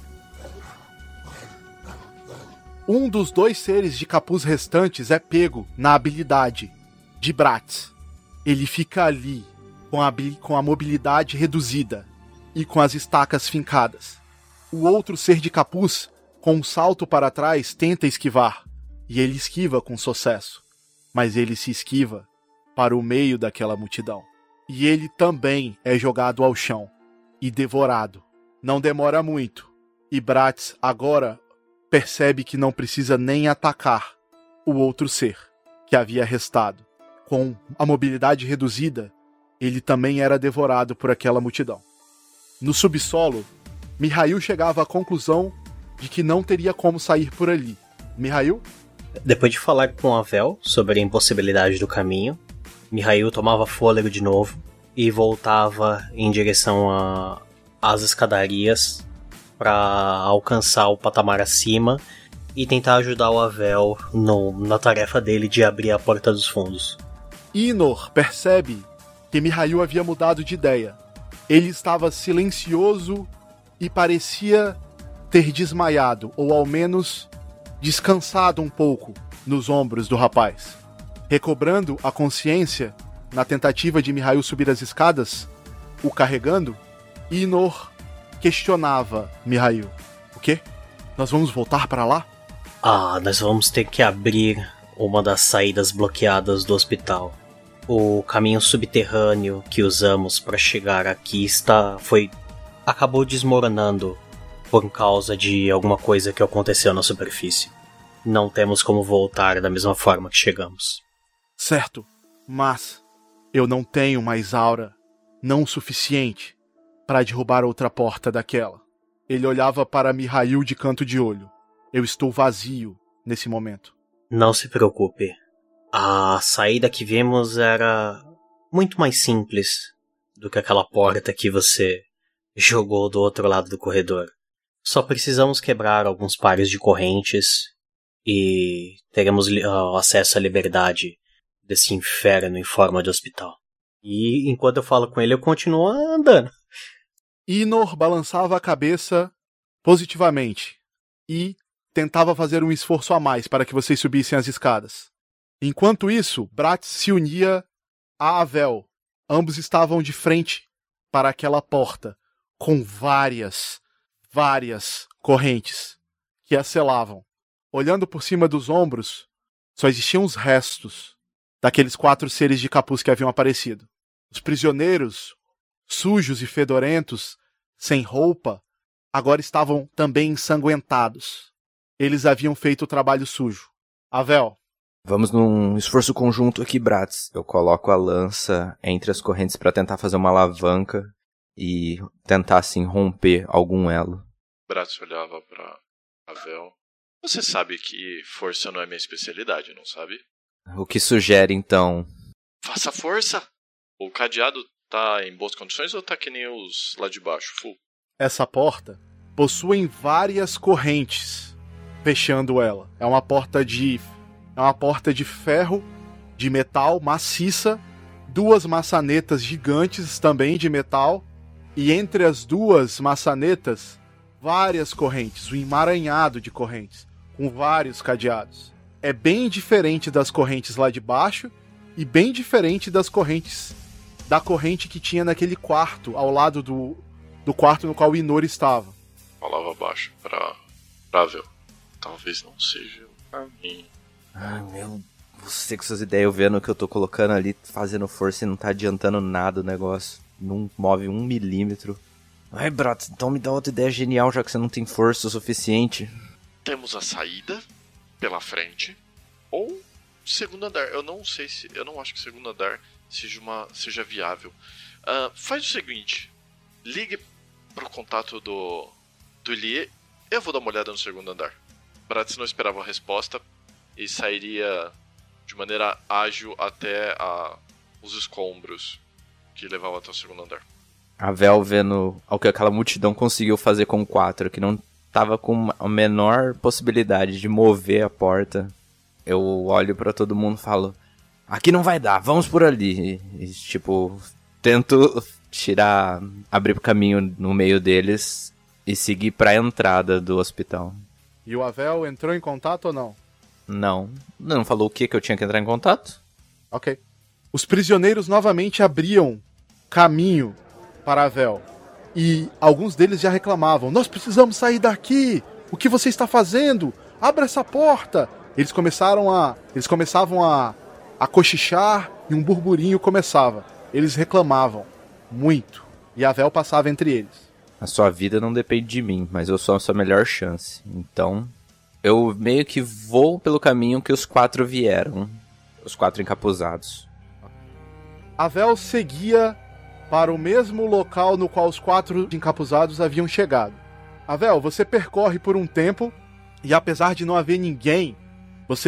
Um dos 2 seres de capuz restantes é pego na habilidade de Bratz. Ele fica ali com a mobilidade reduzida e com as estacas fincadas. O outro ser de capuz, com um salto para trás, tenta esquivar, e ele esquiva com sucesso. Mas ele se esquiva para o meio daquela multidão. E ele também é jogado ao chão e devorado. Não demora muito, e Bratz agora percebe que não precisa nem atacar o outro ser que havia restado. Com a mobilidade reduzida, ele também era devorado por aquela multidão. No subsolo, Mihail chegava à conclusão de que não teria como sair por ali. Mihail? Depois de falar com Avel sobre a impossibilidade do caminho, Mihail tomava fôlego de novo e voltava em direção às escadarias para alcançar o patamar acima e tentar ajudar o Avel na tarefa dele de abrir a porta dos fundos. Inor percebe que Mihail havia mudado de ideia. Ele estava silencioso e parecia ter desmaiado, ou ao menos descansado um pouco nos ombros do rapaz. Recobrando a consciência na tentativa de Mihail subir as escadas, o carregando, Inor questionava Mihail. O quê? Nós vamos voltar para lá? Nós vamos ter que abrir uma das saídas bloqueadas do hospital. O caminho subterrâneo que usamos para chegar aqui acabou desmoronando por causa de alguma coisa que aconteceu na superfície. Não temos como voltar da mesma forma que chegamos. Certo, mas eu não tenho mais aura não o suficiente para derrubar outra porta daquela. Ele olhava para Mihail de canto de olho. Eu estou vazio nesse momento. Não se preocupe. A saída que vimos era muito mais simples do que aquela porta que você jogou do outro lado do corredor. Só precisamos quebrar alguns pares de correntes e teremos acesso à liberdade desse inferno em forma de hospital. E enquanto eu falo com ele, eu continuo andando. Inor balançava a cabeça positivamente e tentava fazer um esforço a mais para que vocês subissem as escadas. Enquanto isso, Bratz se unia a Avel. Ambos estavam de frente para aquela porta, com várias correntes que a selavam. Olhando por cima dos ombros, só existiam os restos daqueles 4 seres de capuz que haviam aparecido. Os prisioneiros, sujos e fedorentos, sem roupa, agora estavam também ensanguentados. Eles haviam feito o trabalho sujo. Avel. Vamos num esforço conjunto aqui, Bratz. Eu coloco a lança entre as correntes para tentar fazer uma alavanca e tentar, assim, romper algum elo. Bratz olhava pra Avel. Você sabe que força não é minha especialidade, não sabe? O que sugere, então? Faça força! O cadeado tá em boas condições ou tá que nem os lá de baixo, full? Essa porta possui várias correntes fechando ela. É uma porta de ferro, de metal, maciça, 2 maçanetas gigantes também de metal, e entre as 2 maçanetas, várias correntes, um emaranhado de correntes, com vários cadeados. É bem diferente das correntes lá de baixo, e bem diferente da corrente que tinha naquele quarto, ao lado do quarto no qual o Inori estava. Falava baixo pra Vel. Talvez não seja o caminho. Ai, você com suas ideias, eu vendo que eu tô colocando ali, fazendo força e não tá adiantando nada o negócio. Não move 1 milímetro. Ai, Bratz, então me dá outra ideia genial, já que você não tem força o suficiente. Temos a saída pela frente ou segundo andar. Eu não acho que segundo andar seja viável. Faz o seguinte, ligue pro contato do Ilie. Eu vou dar uma olhada no segundo andar. Bratz não esperava a resposta e sairia de maneira ágil até os escombros que levavam até o segundo andar. A Vel vendo o que aquela multidão conseguiu fazer com 4, que não tava com a menor possibilidade de mover a porta. Eu olho pra todo mundo e falo, aqui não vai dar, vamos por ali. E tipo, tento abrir caminho no meio deles e seguir pra entrada do hospital. E o Avel entrou em contato ou não? Não falou o que eu tinha que entrar em contato? Ok. Os prisioneiros novamente abriam caminho para Avel. E alguns deles já reclamavam, nós precisamos sair daqui! O que você está fazendo? Abra essa porta! Eles começavam a cochichar e um burburinho começava. Eles reclamavam muito. E Avel passava entre eles. A sua vida não depende de mim, mas eu sou a sua melhor chance. Então, eu meio que vou pelo caminho que os 4 vieram. Os 4 encapuzados. Avel seguia para o mesmo local no qual os 4 encapuzados haviam chegado. Avel, você percorre por um tempo, e apesar de não haver ninguém, você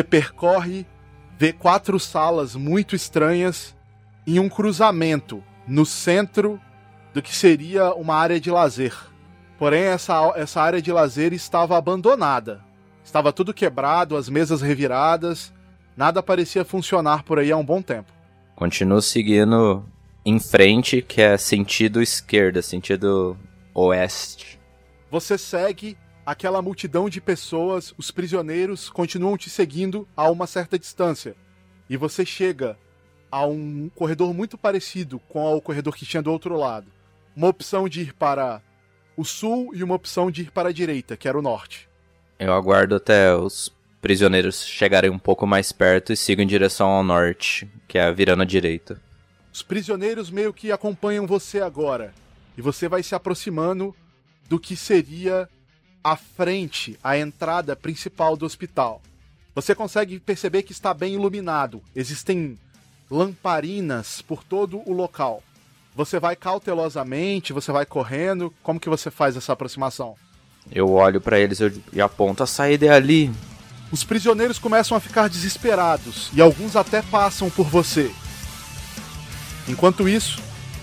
vê 4 salas muito estranhas em um cruzamento no centro do que seria uma área de lazer. Porém, essa área de lazer estava abandonada. Estava tudo quebrado, as mesas reviradas, nada parecia funcionar por aí há um bom tempo. Continuo seguindo em frente, que é sentido esquerda, sentido oeste. Você segue aquela multidão de pessoas, os prisioneiros continuam te seguindo a uma certa distância. E você chega a um corredor muito parecido com o corredor que tinha do outro lado. Uma opção de ir para o sul e uma opção de ir para a direita, que era o norte. Eu aguardo até os prisioneiros chegarem um pouco mais perto e sigo em direção ao norte, que é virando à direita. Os prisioneiros meio que acompanham você agora. E você vai se aproximando do que seria a frente, a entrada principal do hospital. Você consegue perceber que está bem iluminado. Existem lamparinas por todo o local. Você vai cautelosamente, você vai correndo. Como que você faz essa aproximação? Eu olho pra eles e aponto, a saída é ali. Os prisioneiros começam a ficar desesperados e alguns até passam por você. Enquanto isso,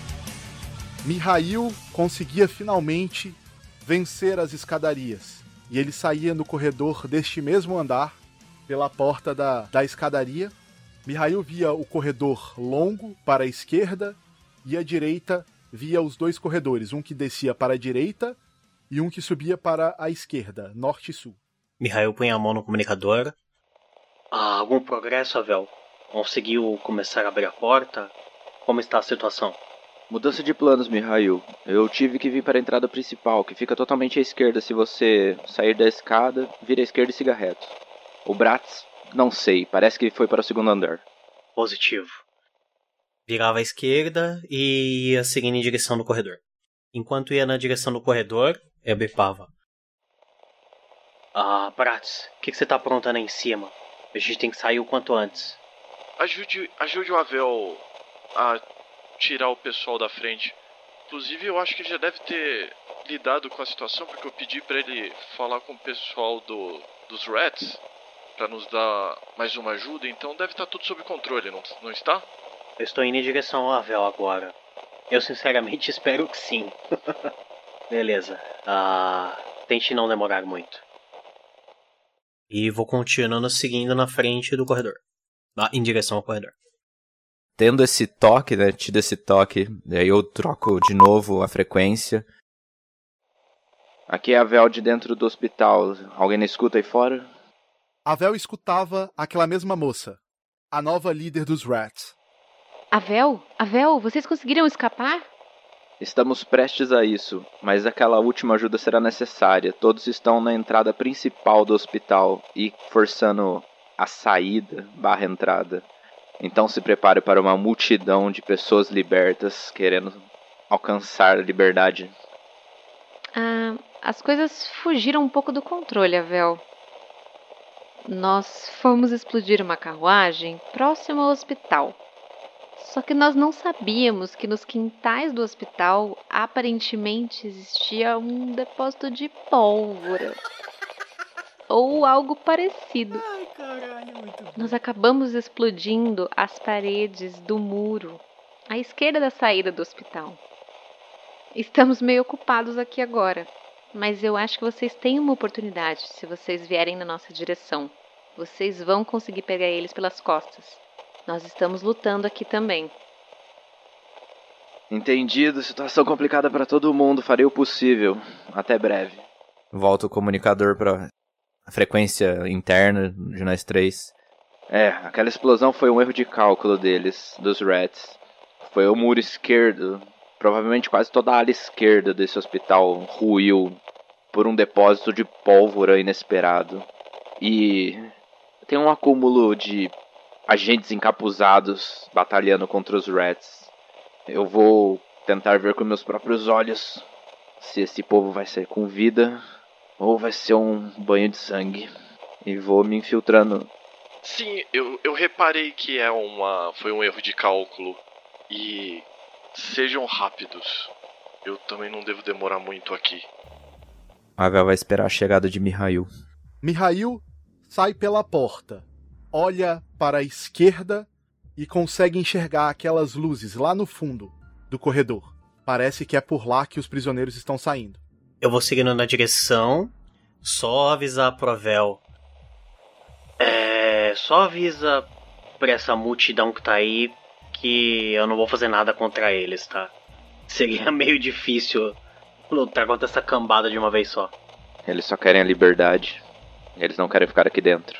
Mihail conseguia finalmente vencer as escadarias. E ele saía no corredor deste mesmo andar, pela porta da escadaria. Mihail via o corredor longo para a esquerda e à direita via os 2 corredores, um que descia para a direita e um que subia para a esquerda, norte e sul. Mihail põe a mão no comunicador. Algum progresso, Avel? Conseguiu começar a abrir a porta? Como está a situação? Mudança de planos, Mihail. Eu tive que vir para a entrada principal, que fica totalmente à esquerda. Se você sair da escada, vira à esquerda e siga reto. O Bratz, não sei, parece que foi para o segundo andar. Positivo. Virava à esquerda e ia seguindo em direção do corredor. Enquanto ia na direção do corredor, eu bipava. Bratz, o que você tá aprontando aí em cima? A gente tem que sair o quanto antes. Ajude o Avel a tirar o pessoal da frente. Inclusive, eu acho que ele já deve ter lidado com a situação, porque eu pedi pra ele falar com o pessoal dos Rats pra nos dar mais uma ajuda, então deve estar tudo sob controle, não está? Eu estou indo em direção ao Avel agora. Eu sinceramente espero que sim. Beleza. Tente não demorar muito. E vou continuando seguindo na frente do corredor. Em direção ao corredor. Tendo esse toque, né? Tido esse toque, daí eu troco de novo a frequência. Aqui é a Vel de dentro do hospital. Alguém na escuta aí fora? A Vel escutava aquela mesma moça, a nova líder dos Rats. Avel, vocês conseguiram escapar? Estamos prestes a isso, mas aquela última ajuda será necessária. Todos estão na entrada principal do hospital e forçando a saída / entrada. Então se prepare para uma multidão de pessoas libertas querendo alcançar a liberdade. As coisas fugiram um pouco do controle, Avel. Nós fomos explodir uma carruagem próximo ao hospital. Só que nós não sabíamos que nos quintais do hospital aparentemente existia um depósito de pólvora. Ou algo parecido. Ai, caralho, muito bom. Nós acabamos explodindo as paredes do muro à esquerda da saída do hospital. Estamos meio ocupados aqui agora, mas eu acho que vocês têm uma oportunidade se vocês vierem na nossa direção. Vocês vão conseguir pegar eles pelas costas. Nós estamos lutando aqui também. Entendido, situação complicada para todo mundo, farei o possível. Até breve. Volto o comunicador para a frequência interna de nós três. Aquela explosão foi um erro de cálculo deles, dos Rats. Foi o muro esquerdo. Provavelmente quase toda a ala esquerda desse hospital ruiu por um depósito de pólvora inesperado. E tem um acúmulo de agentes encapuzados batalhando contra os Rats. Eu vou tentar ver com meus próprios olhos se esse povo vai sair com vida ou vai ser um banho de sangue. E vou me infiltrando. Sim, eu reparei que foi um erro de cálculo. E sejam rápidos. Eu também não devo demorar muito aqui. A Vel vai esperar a chegada de Mihail. Mihail sai pela porta, olha para a esquerda e consegue enxergar aquelas luzes lá no fundo do corredor. Parece que é por lá que os prisioneiros estão saindo. Eu vou seguindo na direção, só avisar pro Avel. Só avisa pra essa multidão que tá aí que eu não vou fazer nada contra eles, tá? Seria meio difícil lutar contra essa cambada de uma vez só. Eles só querem a liberdade. Eles não querem ficar aqui dentro.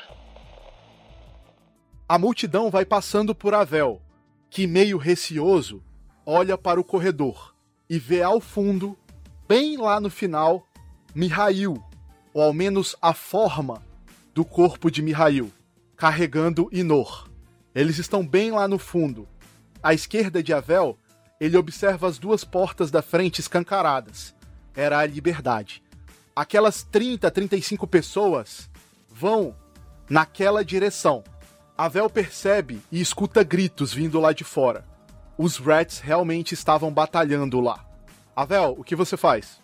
A multidão vai passando por Avel, que meio receoso olha para o corredor e vê ao fundo, bem lá no final, Mihail, ou ao menos a forma do corpo de Mihail, carregando Inor. Eles estão bem lá no fundo. À esquerda de Avel, ele observa as duas portas da frente escancaradas. Era a liberdade. Aquelas 30, 35 pessoas vão naquela direção. Avel percebe e escuta gritos vindo lá de fora. Os Rats realmente estavam batalhando lá. Avel, o que você faz?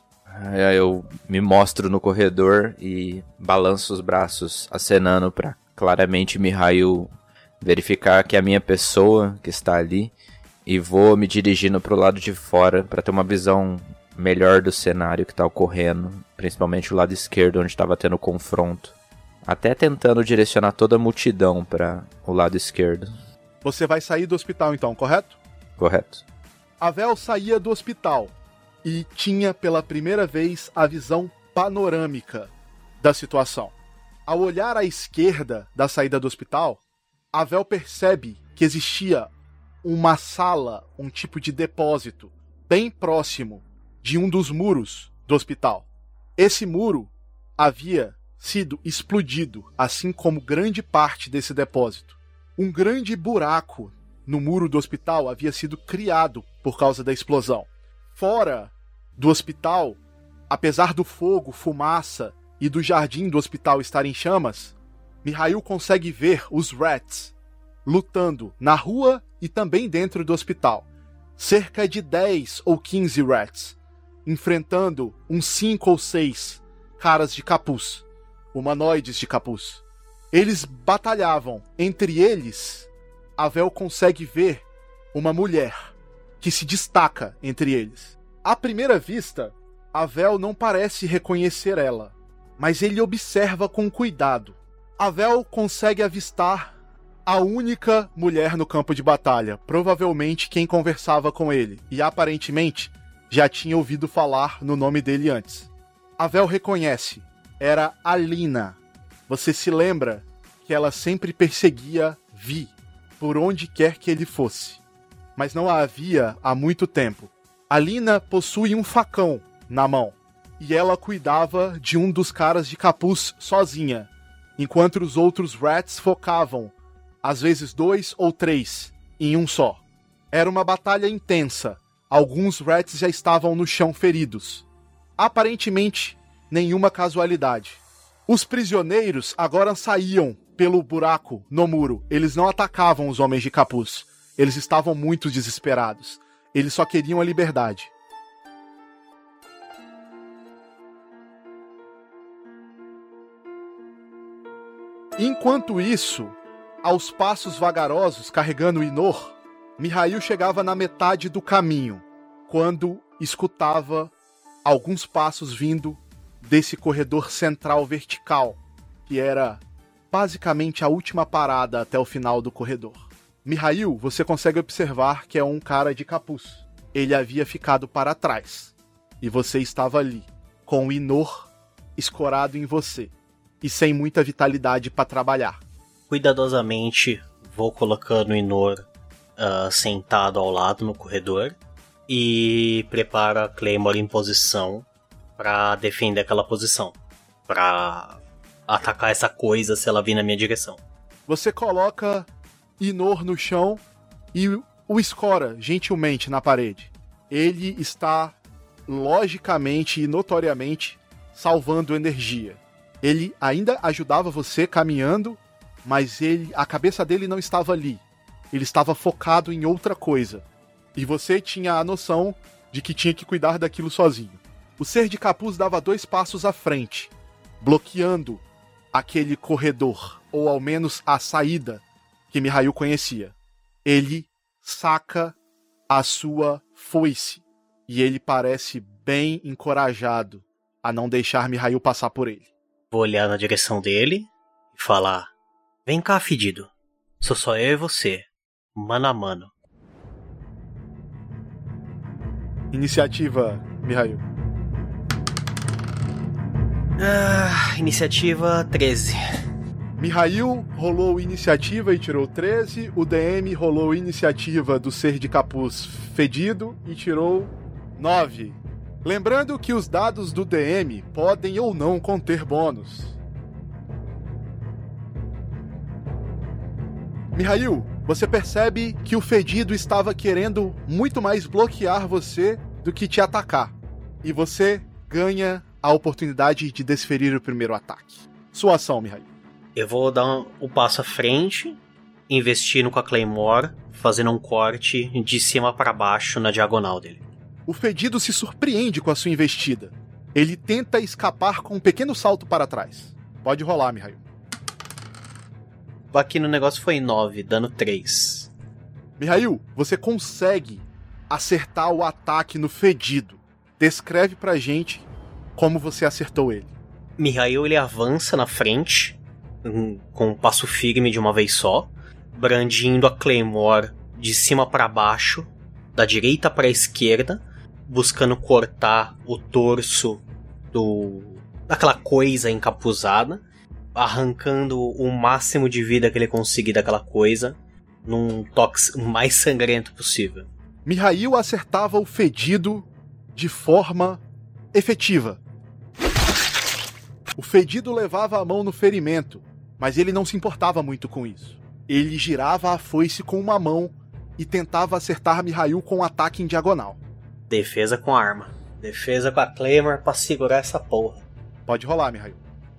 Eu me mostro no corredor e balanço os braços, acenando para claramente Mihail verificar que é a minha pessoa que está ali, e vou me dirigindo para o lado de fora para ter uma visão melhor do cenário que está ocorrendo, principalmente o lado esquerdo onde estava tendo confronto, até tentando direcionar toda a multidão para o lado esquerdo. Você vai sair do hospital então, correto? Correto. Avel saía do hospital e tinha pela primeira vez a visão panorâmica da situação. Ao olhar à esquerda da saída do hospital, Avel percebe que existia uma sala, um tipo de depósito, bem próximo de um dos muros do hospital. Esse muro havia sido explodido, assim como grande parte desse depósito. Um grande buraco no muro do hospital havia sido criado por causa da explosão. Fora do hospital, apesar do fogo, fumaça e do jardim do hospital estar em chamas, Mihail consegue ver os Rats lutando na rua e também dentro do hospital. Cerca de 10 ou 15 Rats, enfrentando uns 5 ou 6 caras de capuz, humanoides de capuz. Eles batalhavam. Entre eles, Avel consegue ver uma mulher que se destaca entre eles. À primeira vista, Avel não parece reconhecer ela, mas ele observa com cuidado. Avel consegue avistar a única mulher no campo de batalha, provavelmente quem conversava com ele, e aparentemente já tinha ouvido falar no nome dele antes. Avel reconhece, era Alina. Você se lembra que ela sempre perseguia Vi, por onde quer que ele fosse, mas não a havia há muito tempo. Alina possui um facão na mão, e ela cuidava de um dos caras de capuz sozinha, enquanto os outros rats focavam, às vezes 2 ou 3, em um só. Era uma batalha intensa. Alguns rats já estavam no chão feridos. Aparentemente, nenhuma casualidade. Os prisioneiros agora saíam pelo buraco no muro. Eles não atacavam os homens de capuz. Eles estavam muito desesperados. Eles só queriam a liberdade. Enquanto isso, aos passos vagarosos, carregando Inor, Mihail chegava na metade do caminho, quando escutava alguns passos vindo desse corredor central vertical, que era basicamente a última parada até o final do corredor. Mihail, você consegue observar que é um cara de capuz. Ele havia ficado para trás, e você estava ali, com o Inor escorado em você, e sem muita vitalidade para trabalhar. Cuidadosamente, vou colocando o Inor sentado ao lado no corredor e preparo a Claymore em posição para defender aquela posição, para atacar essa coisa se ela vir na minha direção. Você coloca Inor no chão e o escora gentilmente na parede. Ele está logicamente e notoriamente salvando energia. Ele ainda ajudava você caminhando, mas a cabeça dele não estava ali. Ele estava focado em outra coisa. E você tinha a noção de que tinha que cuidar daquilo sozinho. O ser de capuz dava 2 passos à frente, bloqueando aquele corredor, ou ao menos a saída que Mihail conhecia. Ele saca a sua foice, e ele parece bem encorajado a não deixar Mihail passar por ele. Vou olhar na direção dele e falar: vem cá, fedido. Sou só eu e você, mano a mano. Iniciativa, Mihail. Iniciativa 13. Mihail rolou iniciativa e tirou 13. O DM rolou iniciativa do ser de capuz fedido e tirou 9. Lembrando que os dados do DM podem ou não conter bônus. Mihail, você percebe que o fedido estava querendo muito mais bloquear você do que te atacar. E você ganha a oportunidade de desferir o primeiro ataque. Sua ação, Mihail. Eu vou dar um passo à frente, investindo com a Claymore, fazendo um corte de cima para baixo na diagonal dele. O fedido se surpreende com a sua investida. Ele tenta escapar com um pequeno salto para trás. Pode rolar, Mihail. Aqui no negócio foi 9, dano 3. Mihail, você consegue acertar o ataque no fedido. Descreve pra gente como você acertou ele. Mihail, ele avança na frente, com um passo firme de uma vez só, brandindo a Claymore de cima para baixo, da direita para a esquerda, buscando cortar o torso daquela coisa encapuzada, arrancando o máximo de vida que ele conseguir daquela coisa, num toque o mais sangrento possível. Mihail acertava o fedido de forma efetiva. O fedido levava a mão no ferimento, mas ele não se importava muito com isso. Ele girava a foice com uma mão e tentava acertar Mihail com um ataque em diagonal. Defesa com arma. Defesa com a Claymore pra segurar essa porra. Pode rolar, Mihail.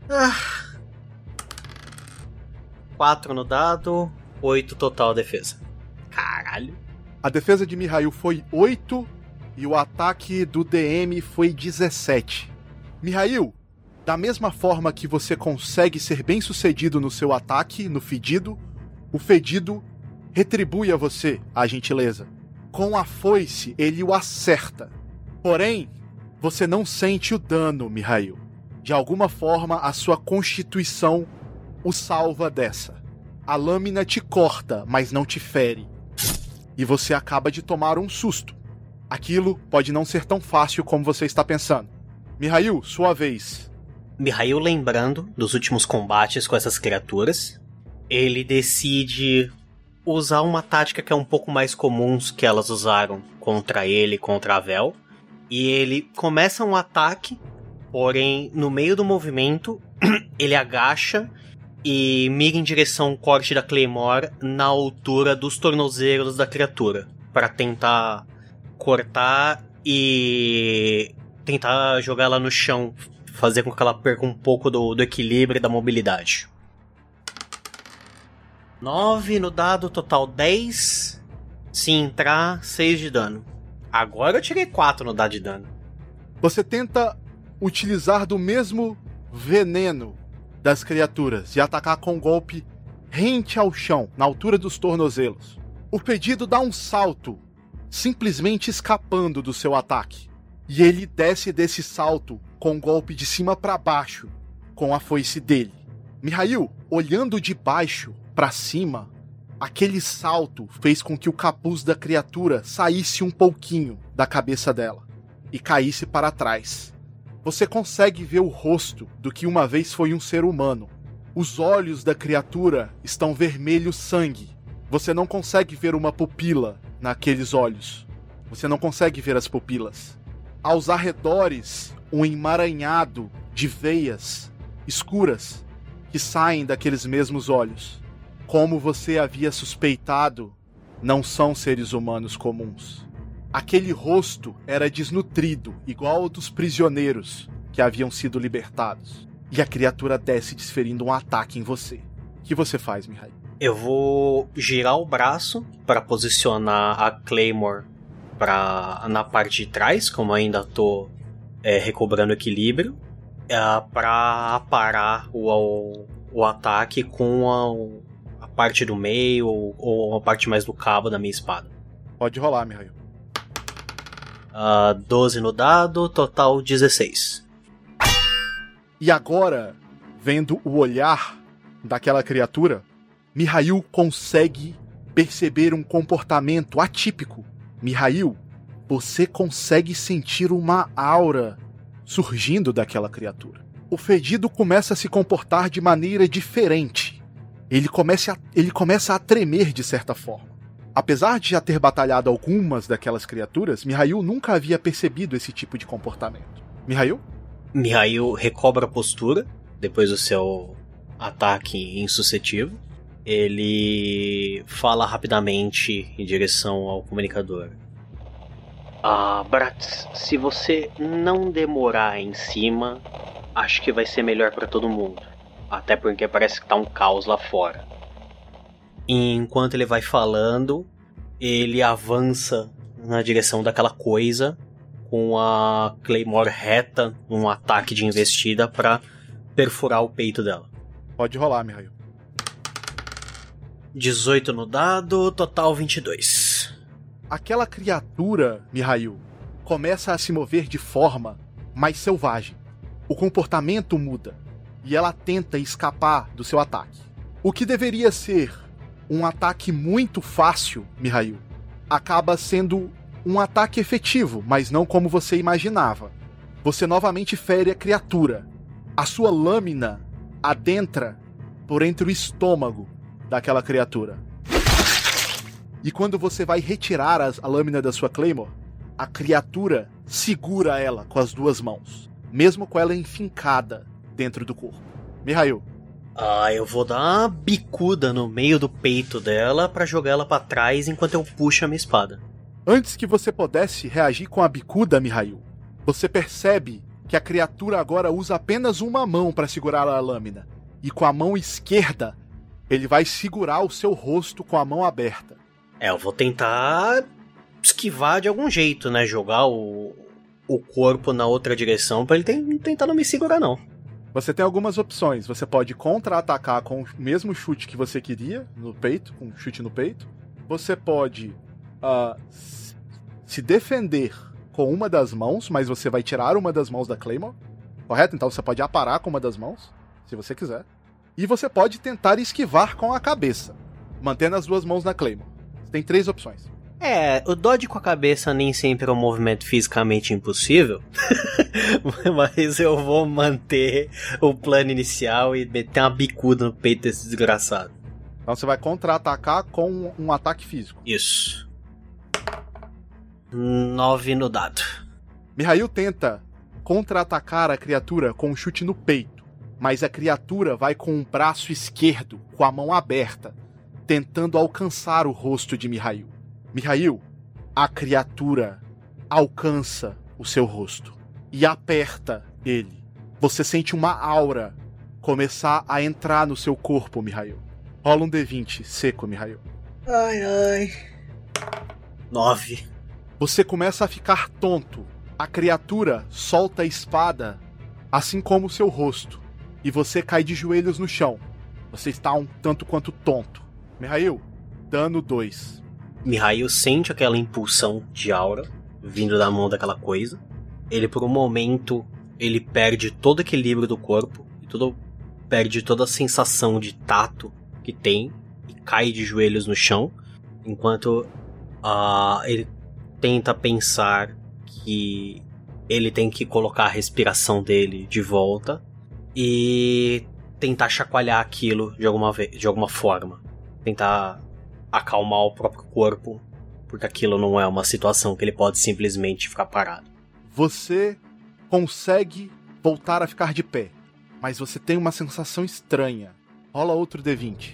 4 no dado, 8 total defesa. Caralho. A defesa de Mihail foi 8 e o ataque do DM foi 17. Mihail, da mesma forma que você consegue ser bem sucedido no seu ataque, no fedido, o fedido retribui a você a gentileza. Com a foice, ele o acerta. Porém, você não sente o dano, Mihail. De alguma forma, a sua constituição o salva dessa. A lâmina te corta, mas não te fere. E você acaba de tomar um susto. Aquilo pode não ser tão fácil como você está pensando. Mihail, sua vez. Mihail, lembrando dos últimos combates com essas criaturas, ele decide usar uma tática que é um pouco mais comum que elas usaram contra ele e contra a Vel. E ele começa um ataque, porém, no meio do movimento, ele agacha e mira em direção ao corte da Claymore na altura dos tornozelos da criatura, para tentar cortar e tentar jogar ela no chão, fazer com que ela perca um pouco do equilíbrio e da mobilidade. 9 no dado, total 10. Se entrar, 6 de dano. Agora eu tirei 4 no dado de dano. Você tenta utilizar do mesmo veneno das criaturas e atacar com um golpe rente ao chão, na altura dos tornozelos. O pedido dá um salto, simplesmente escapando do seu ataque. E ele desce desse salto com um golpe de cima para baixo, com a foice dele. Mihail, olhando de baixo para cima, aquele salto fez com que o capuz da criatura saísse um pouquinho da cabeça dela e caísse para trás. Você consegue ver o rosto do que uma vez foi um ser humano. Os olhos da criatura estão vermelho sangue. Você não consegue ver uma pupila naqueles olhos. Você não consegue ver as pupilas. Aos arredores, um emaranhado de veias escuras que saem daqueles mesmos olhos. Como você havia suspeitado, não são seres humanos comuns. Aquele rosto era desnutrido, igual ao dos prisioneiros que haviam sido libertados. E a criatura desce desferindo um ataque em você. O que você faz, Mihail? Eu vou girar o braço para posicionar a Claymore na parte de trás, como ainda tô recobrando equilíbrio, para parar o ataque com a parte do meio ou a parte mais do cabo da minha espada. Pode rolar, Mihail. 12 no dado, total 16. E agora, vendo o olhar daquela criatura, Mihail consegue perceber um comportamento atípico. Mihail, você consegue sentir uma aura surgindo daquela criatura. O fedido começa a se comportar de maneira diferente. Ele começa a tremer de certa forma. Apesar de já ter batalhado algumas daquelas criaturas, Mihail nunca havia percebido esse tipo de comportamento. Mihail? Mihail recobra a postura depois do seu ataque insuscetível. Ele fala rapidamente em direção ao comunicador. Bratz, se você não demorar em cima, acho que vai ser melhor pra todo mundo. Até porque parece que tá um caos lá fora. Enquanto ele vai falando, ele avança na direção daquela coisa com a Claymore reta num ataque de investida pra perfurar o peito dela. Pode rolar, Mihail. 18 no dado, total 22. Aquela criatura, Mihail, começa a se mover de forma mais selvagem. O comportamento muda e ela tenta escapar do seu ataque. O que deveria ser um ataque muito fácil, Mihail, acaba sendo um ataque efetivo, mas não como você imaginava. Você novamente fere a criatura. A sua lâmina adentra por entre o estômago daquela criatura. E quando você vai retirar a lâmina da sua Claymore, a criatura segura ela com as duas mãos, mesmo com ela enfincada dentro do corpo. Mihail. Eu vou dar uma bicuda no meio do peito dela pra jogar ela pra trás enquanto eu puxo a minha espada. Antes que você pudesse reagir com a bicuda, Mihail, você percebe que a criatura agora usa apenas uma mão para segurar a lâmina. E com a mão esquerda, ele vai segurar o seu rosto com a mão aberta. Eu vou tentar esquivar de algum jeito, né? Jogar o corpo na outra direção pra ele tentar não me segurar, não. Você tem algumas opções. Você pode contra-atacar com o mesmo chute que você queria, no peito, com um chute no peito. Você pode se defender com uma das mãos, mas você vai tirar uma das mãos da Claymore. Correto? Então você pode aparar com uma das mãos, se você quiser. E você pode tentar esquivar com a cabeça, mantendo as duas mãos na Claymore. Você tem 3 opções. O dodge com a cabeça nem sempre é um movimento fisicamente impossível. Mas eu vou manter o plano inicial e meter uma bicuda no peito desse desgraçado. Então você vai contra-atacar com um ataque físico. Isso. 9 no dado. Mihail tenta contra-atacar a criatura com um chute no peito, mas a criatura vai com o braço esquerdo, com a mão aberta, tentando alcançar o rosto de Mihail. Mihail, a criatura alcança o seu rosto e aperta ele. Você sente uma aura começar a entrar no seu corpo, Mihail. Rola um D20 seco, Mihail. Ai. 9. Você começa a ficar tonto. A criatura solta a espada, assim como o seu rosto, e você cai de joelhos no chão. Você está um tanto quanto tonto. Mihail, dano 2. Mihail sente aquela impulsão de aura vindo da mão daquela coisa. Ele, por um momento, ele perde todo o equilíbrio do corpo, perde toda a sensação de tato que tem e cai de joelhos no chão, enquanto ele tenta pensar que ele tem que colocar a respiração dele de volta e tentar chacoalhar aquilo de alguma forma. Tentar acalmar o próprio corpo, porque aquilo não é uma situação que ele pode simplesmente ficar parado. Você consegue voltar a ficar de pé, mas você tem uma sensação estranha. Rola outro D20.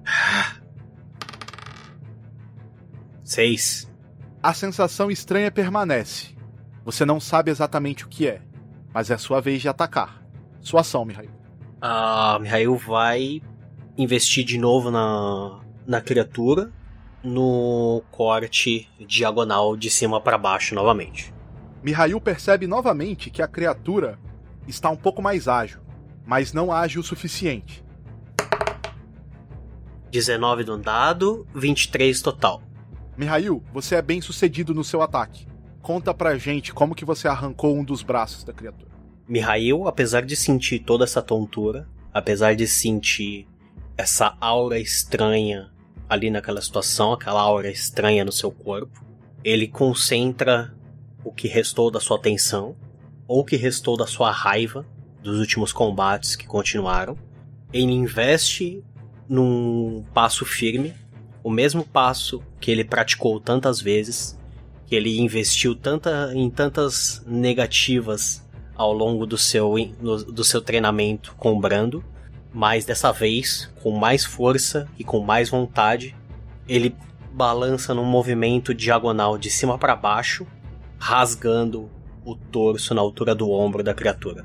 6. A sensação estranha permanece. Você não sabe exatamente o que é, mas é a sua vez de atacar. Sua ação, Mihail. Mihail vai investir de novo na criatura, no corte diagonal de cima para baixo novamente. Mihail percebe novamente que a criatura está um pouco mais ágil, mas não ágil o suficiente. 19 no dado, 23 total. Mihail, você é bem sucedido no seu ataque. Conta pra gente como que você arrancou um dos braços da criatura. Mihail, apesar de sentir toda essa tontura, apesar de sentir essa aura estranha ali naquela situação, aquela aura estranha no seu corpo, ele concentra o que restou da sua atenção, ou o que restou da sua raiva dos últimos combates que continuaram. Ele investe num passo firme, o mesmo passo que ele praticou tantas vezes, que ele investiu em tantas negativas ao longo do seu treinamento com o Brando, mas dessa vez, com mais força e com mais vontade, ele balança num movimento diagonal de cima para baixo, rasgando o torso na altura do ombro da criatura.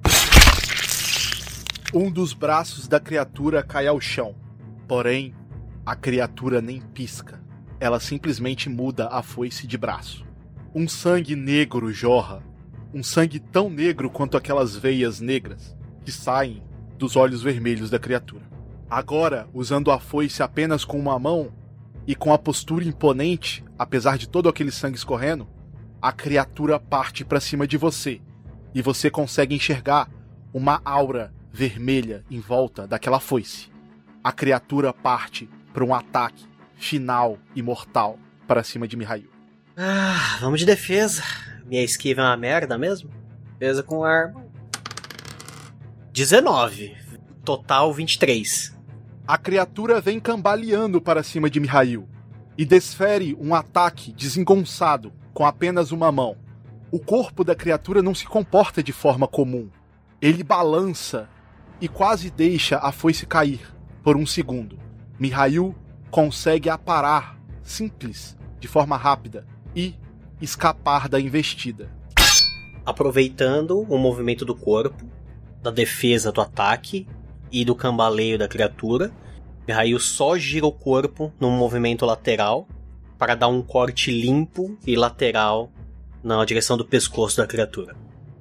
Um dos braços da criatura cai ao chão, porém, a criatura nem pisca. Ela simplesmente muda a foice de braço. Um sangue negro jorra, um sangue tão negro quanto aquelas veias negras que saem dos olhos vermelhos da criatura. Agora, usando a foice apenas com uma mão e com a postura imponente, apesar de todo aquele sangue escorrendo, a criatura parte para cima de você e você consegue enxergar uma aura vermelha em volta daquela foice. A criatura parte para um ataque final e mortal para cima de Mihail. Vamos de defesa. Minha esquiva é uma merda mesmo? Defesa com arma. 19. Total 23. A criatura vem cambaleando para cima de Mihail e desfere um ataque desengonçado com apenas uma mão. O corpo da criatura não se comporta de forma comum. Ele balança e quase deixa a foice cair por um segundo. Mihail consegue aparar, simples, de forma rápida, e escapar da investida. Aproveitando o movimento do corpo, da defesa do ataque e do cambaleio da criatura, Mihail só gira o corpo num movimento lateral para dar um corte limpo e lateral na direção do pescoço da criatura.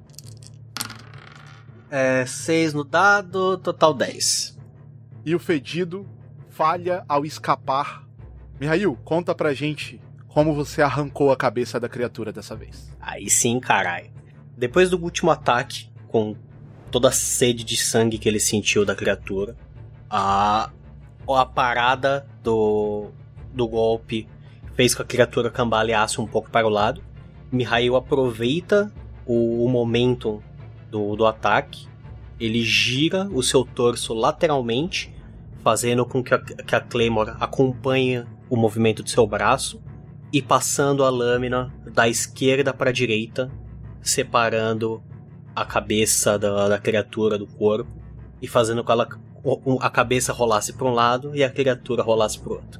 6 no dado, total 10. E o fedido falha ao escapar. Mihail, conta pra gente como você arrancou a cabeça da criatura dessa vez. Aí sim, caralho. Depois do último ataque, com toda a sede de sangue que ele sentiu da criatura, A parada do golpe fez com que a criatura cambaleasse um pouco para o lado. Mihail aproveita o momento do ataque. Ele gira o seu torso lateralmente, fazendo com que a Claymore acompanhe o movimento do seu braço e passando a lâmina da esquerda para a direita, separando a cabeça da criatura do corpo e fazendo com que a cabeça rolasse para um lado e a criatura rolasse para o outro.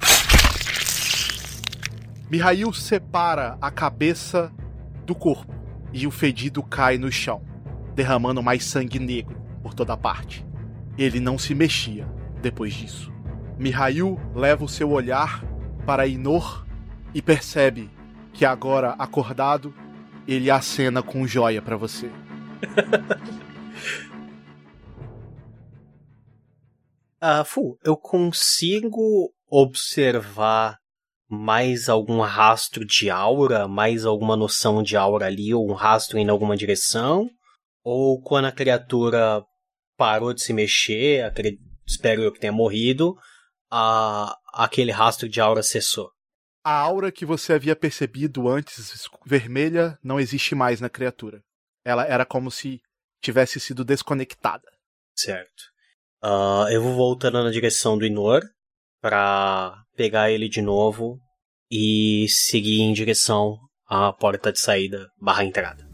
Mihail separa a cabeça do corpo e o fedido cai no chão, derramando mais sangue negro por toda parte. Ele não se mexia depois disso. Mihail leva o seu olhar para Inor e percebe que agora, acordado, ele acena com joia para você. Fu, eu consigo observar mais algum rastro de aura, mais alguma noção de aura ali, ou um rastro em alguma direção? Ou quando a criatura parou de se mexer, espero eu que tenha morrido, aquele rastro de aura cessou? A aura que você havia percebido antes, vermelha, não existe mais na criatura. Ela era como se tivesse sido desconectada. Certo. Eu vou voltando na direção do Inor para pegar ele de novo e seguir em direção à porta de saída / entrada.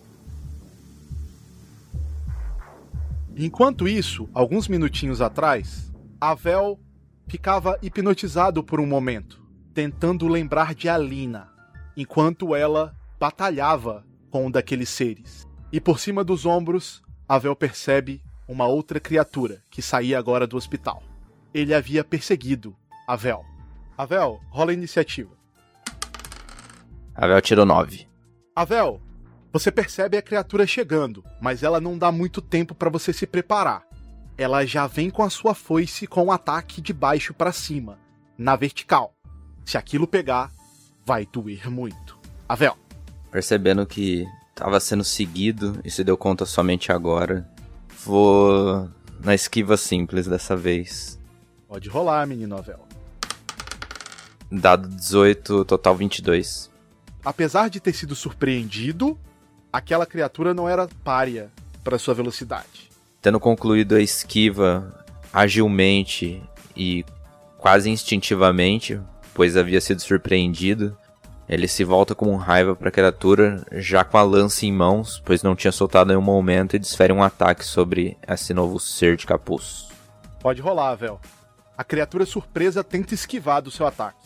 Enquanto isso, alguns minutinhos atrás, Avel ficava hipnotizado por um momento, tentando lembrar de Alina, enquanto ela batalhava com um daqueles seres. E por cima dos ombros, Avel percebe uma outra criatura que saía agora do hospital. Ele havia perseguido Avel. Avel, rola a iniciativa. Avel tirou 9. Avel, você percebe a criatura chegando, mas ela não dá muito tempo para você se preparar. Ela já vem com a sua foice com um ataque de baixo para cima, na vertical. Se aquilo pegar, vai doer muito. Avel. Percebendo que estava sendo seguido e se deu conta somente agora, vou na esquiva simples dessa vez. Pode rolar, menino Avel. Dado 18, total 22. Apesar de ter sido surpreendido, aquela criatura não era pária para sua velocidade. Tendo concluído a esquiva agilmente e quase instintivamente, pois havia sido surpreendido, ele se volta com raiva para a criatura, já com a lança em mãos, pois não tinha soltado em nenhum momento, e desfere um ataque sobre esse novo ser de capuz. Pode rolar, Avel. A criatura surpresa tenta esquivar do seu ataque.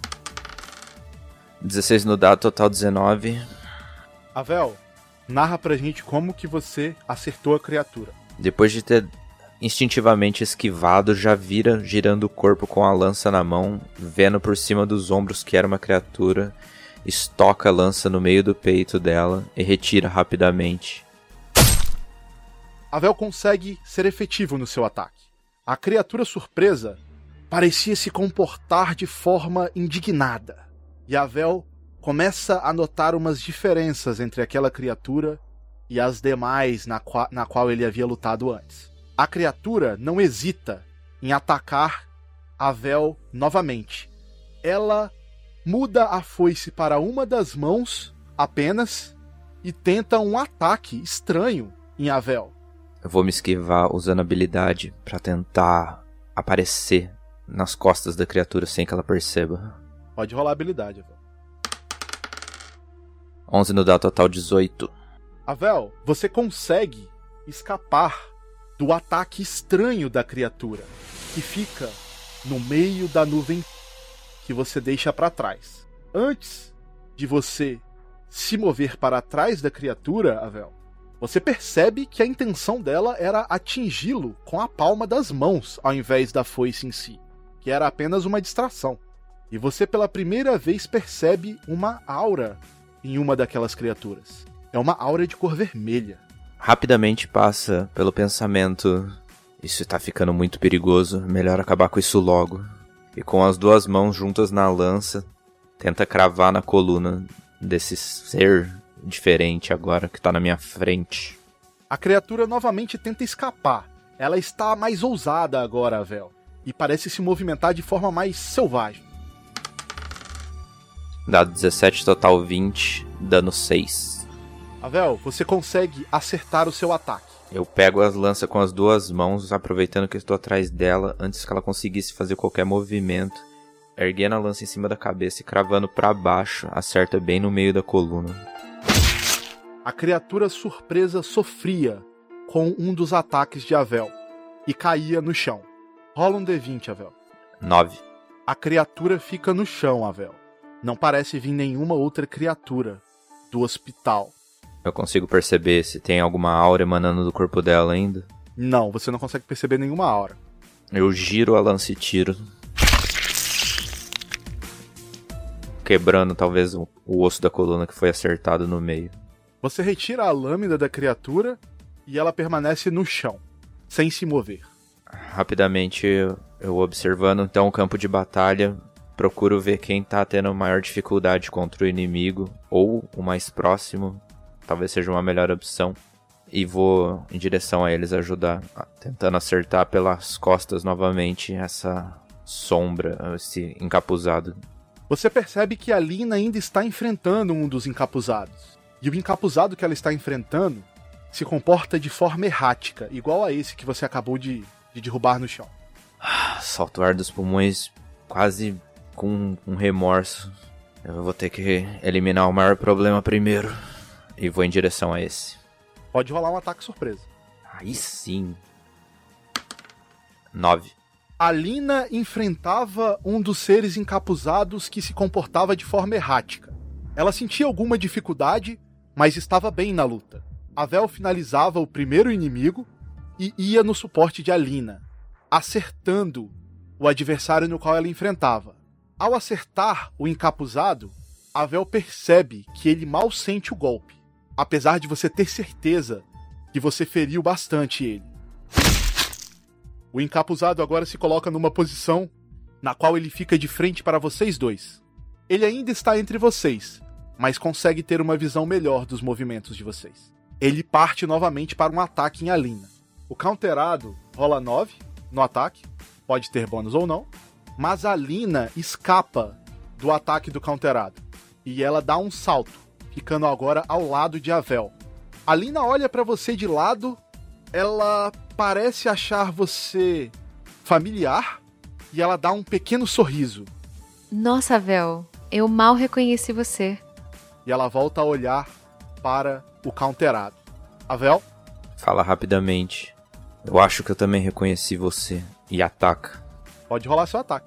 16 no dado, total 19. Avel, narra pra gente como que você acertou a criatura. Depois de ter instintivamente esquivado, já vira girando o corpo com a lança na mão, vendo por cima dos ombros que era uma criatura, estoca a lança no meio do peito dela e retira rapidamente. Avel consegue ser efetivo no seu ataque. A criatura surpresa parecia se comportar de forma indignada. E Avel começa a notar umas diferenças entre aquela criatura e as demais na qual ele havia lutado antes. A criatura não hesita em atacar Avel novamente. Ela muda a foice para uma das mãos apenas e tenta um ataque estranho em Avel. Eu vou me esquivar usando a habilidade para tentar aparecer nas costas da criatura sem que ela perceba. Pode rolar a habilidade, Avel. 11 no dado, total 18. Avel, você consegue escapar do ataque estranho da criatura, que fica no meio da nuvem que você deixa para trás. Antes de você se mover para trás da criatura, Avel, você percebe que a intenção dela era atingi-lo com a palma das mãos, ao invés da foice em si, que era apenas uma distração. E você pela primeira vez percebe uma aura em uma daquelas criaturas. É uma aura de cor vermelha. Rapidamente passa pelo pensamento: isso tá ficando muito perigoso, melhor acabar com isso logo. E com as duas mãos juntas na lança, tenta cravar na coluna desse ser diferente agora que tá na minha frente. A criatura novamente tenta escapar, Ela está mais ousada agora, Avel, e parece se movimentar de forma mais selvagem. Dado 17, total 20, dano 6. Avel, você consegue acertar o seu ataque. Eu pego as lanças com as duas mãos, aproveitando que eu estou atrás dela, antes que ela conseguisse fazer qualquer movimento. Erguendo a lança em cima da cabeça e cravando para baixo, acerta bem no meio da coluna. A criatura surpresa sofria com um dos ataques de Avel e caía no chão. Rola um D20, Avel. 9. A criatura fica no chão, Avel. Não parece vir nenhuma outra criatura do hospital. Eu consigo perceber se tem alguma aura emanando do corpo dela ainda? Não, você não consegue perceber nenhuma aura. Eu giro a lança e tiro. Quebrando talvez o osso da coluna que foi acertado no meio. Você retira a lâmina da criatura e ela permanece no chão, sem se mover. Rapidamente, eu observando então o campo de batalha, procuro ver quem tá tendo maior dificuldade contra o inimigo, ou o mais próximo, talvez seja uma melhor opção, e vou em direção a eles ajudar, tentando acertar pelas costas novamente essa sombra, esse encapuzado. Você percebe que a Lina ainda está enfrentando um dos encapuzados. E o encapuzado que ela está enfrentando se comporta de forma errática, igual a esse que você acabou de derrubar no chão. Solto o ar dos pulmões, quase com um remorso. Eu vou ter que eliminar o maior problema primeiro. E vou em direção a esse. Pode rolar um ataque surpresa. Aí sim. 9. A Lina enfrentava um dos seres encapuzados que se comportava de forma errática. Ela sentia alguma dificuldade, mas estava bem na luta. Avel finalizava o primeiro inimigo e ia no suporte de Alina, acertando o adversário no qual ela enfrentava. Ao acertar o encapuzado, Avel percebe que ele mal sente o golpe, apesar de você ter certeza que você feriu bastante ele. O encapuzado agora se coloca numa posição na qual ele fica de frente para vocês dois. Ele ainda está entre vocês, mas consegue ter uma visão melhor dos movimentos de vocês. Ele parte novamente para um ataque em Alina. O counterado rola 9 no ataque, pode ter bônus ou não, mas a Alina escapa do ataque do counterado e ela dá um salto, ficando agora ao lado de Avel. A Alina olha para você de lado, ela parece achar você familiar e ela dá um pequeno sorriso. Nossa, Avel, eu mal reconheci você. E ela volta a olhar para o counterado. Avel? Fala rapidamente. Eu acho que eu também reconheci você. E ataca. Pode rolar seu ataque.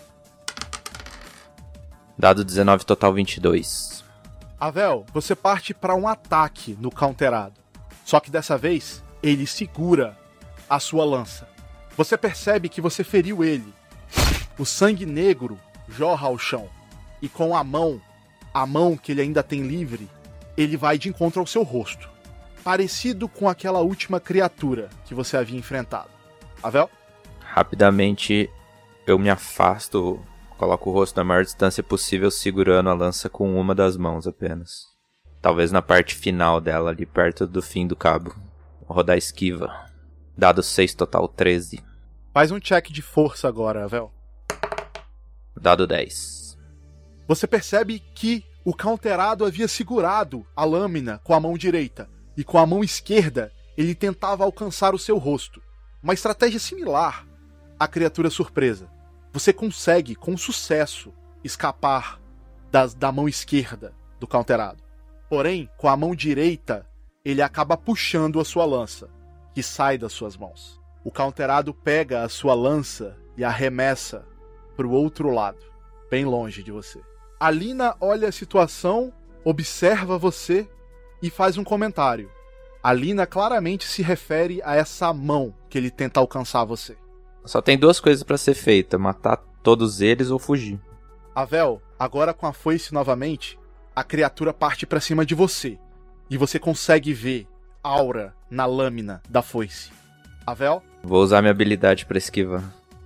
Dado 19, total 22. Avel, você parte para um ataque no counterado. Só que dessa vez, ele segura a sua lança. Você percebe que você feriu ele. O sangue negro jorra ao chão. E com a mão que ele ainda tem livre, ele vai de encontro ao seu rosto. Parecido com aquela última criatura que você havia enfrentado. Avel? Rapidamente, eu me afasto, coloco o rosto na maior distância possível, segurando a lança com uma das mãos apenas. Talvez na parte final dela, ali perto do fim do cabo. Vou rodar esquiva. Dado 6, total 13. Faz um check de força agora, Avel. Dado 10. Você percebe que o counterado havia segurado a lâmina com a mão direita, e com a mão esquerda ele tentava alcançar o seu rosto. Uma estratégia similar à criatura surpresa. Você consegue, com sucesso, escapar da mão esquerda do counterado. Porém, com a mão direita, ele acaba puxando a sua lança, que sai das suas mãos. O counterado pega a sua lança e arremessa para o outro lado, bem longe de você. A Lina olha a situação, observa você e faz um comentário. A Lina claramente se refere a essa mão que ele tenta alcançar você. Só tem duas coisas pra ser feita, matar todos eles ou fugir. Avel, agora com a foice novamente, a criatura parte pra cima de você. E você consegue ver aura na lâmina da foice. Avel? Vou usar minha habilidade pra esquivar.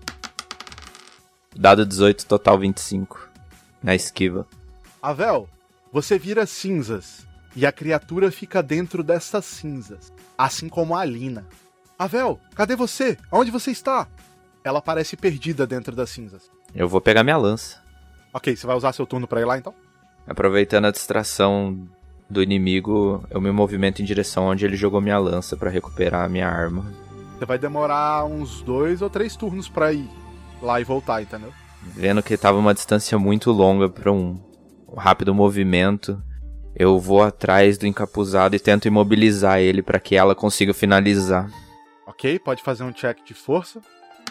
Dado 18, total 25. Na esquiva. Avel, você vira cinzas. E a criatura fica dentro dessas cinzas, assim como a Alina. Avel, cadê você? Aonde você está? Ela parece perdida dentro das cinzas. Eu vou pegar minha lança. Ok, você vai usar seu turno pra ir lá, então? Aproveitando a distração do inimigo, eu me movimento em direção onde ele jogou minha lança pra recuperar a minha arma. Você vai demorar uns 2 ou 3 turnos pra ir lá e voltar, entendeu? Vendo que tava uma distância muito longa pra um rápido movimento, eu vou atrás do encapuzado e tento imobilizar ele pra que ela consiga finalizar. Ok, pode fazer um check de força.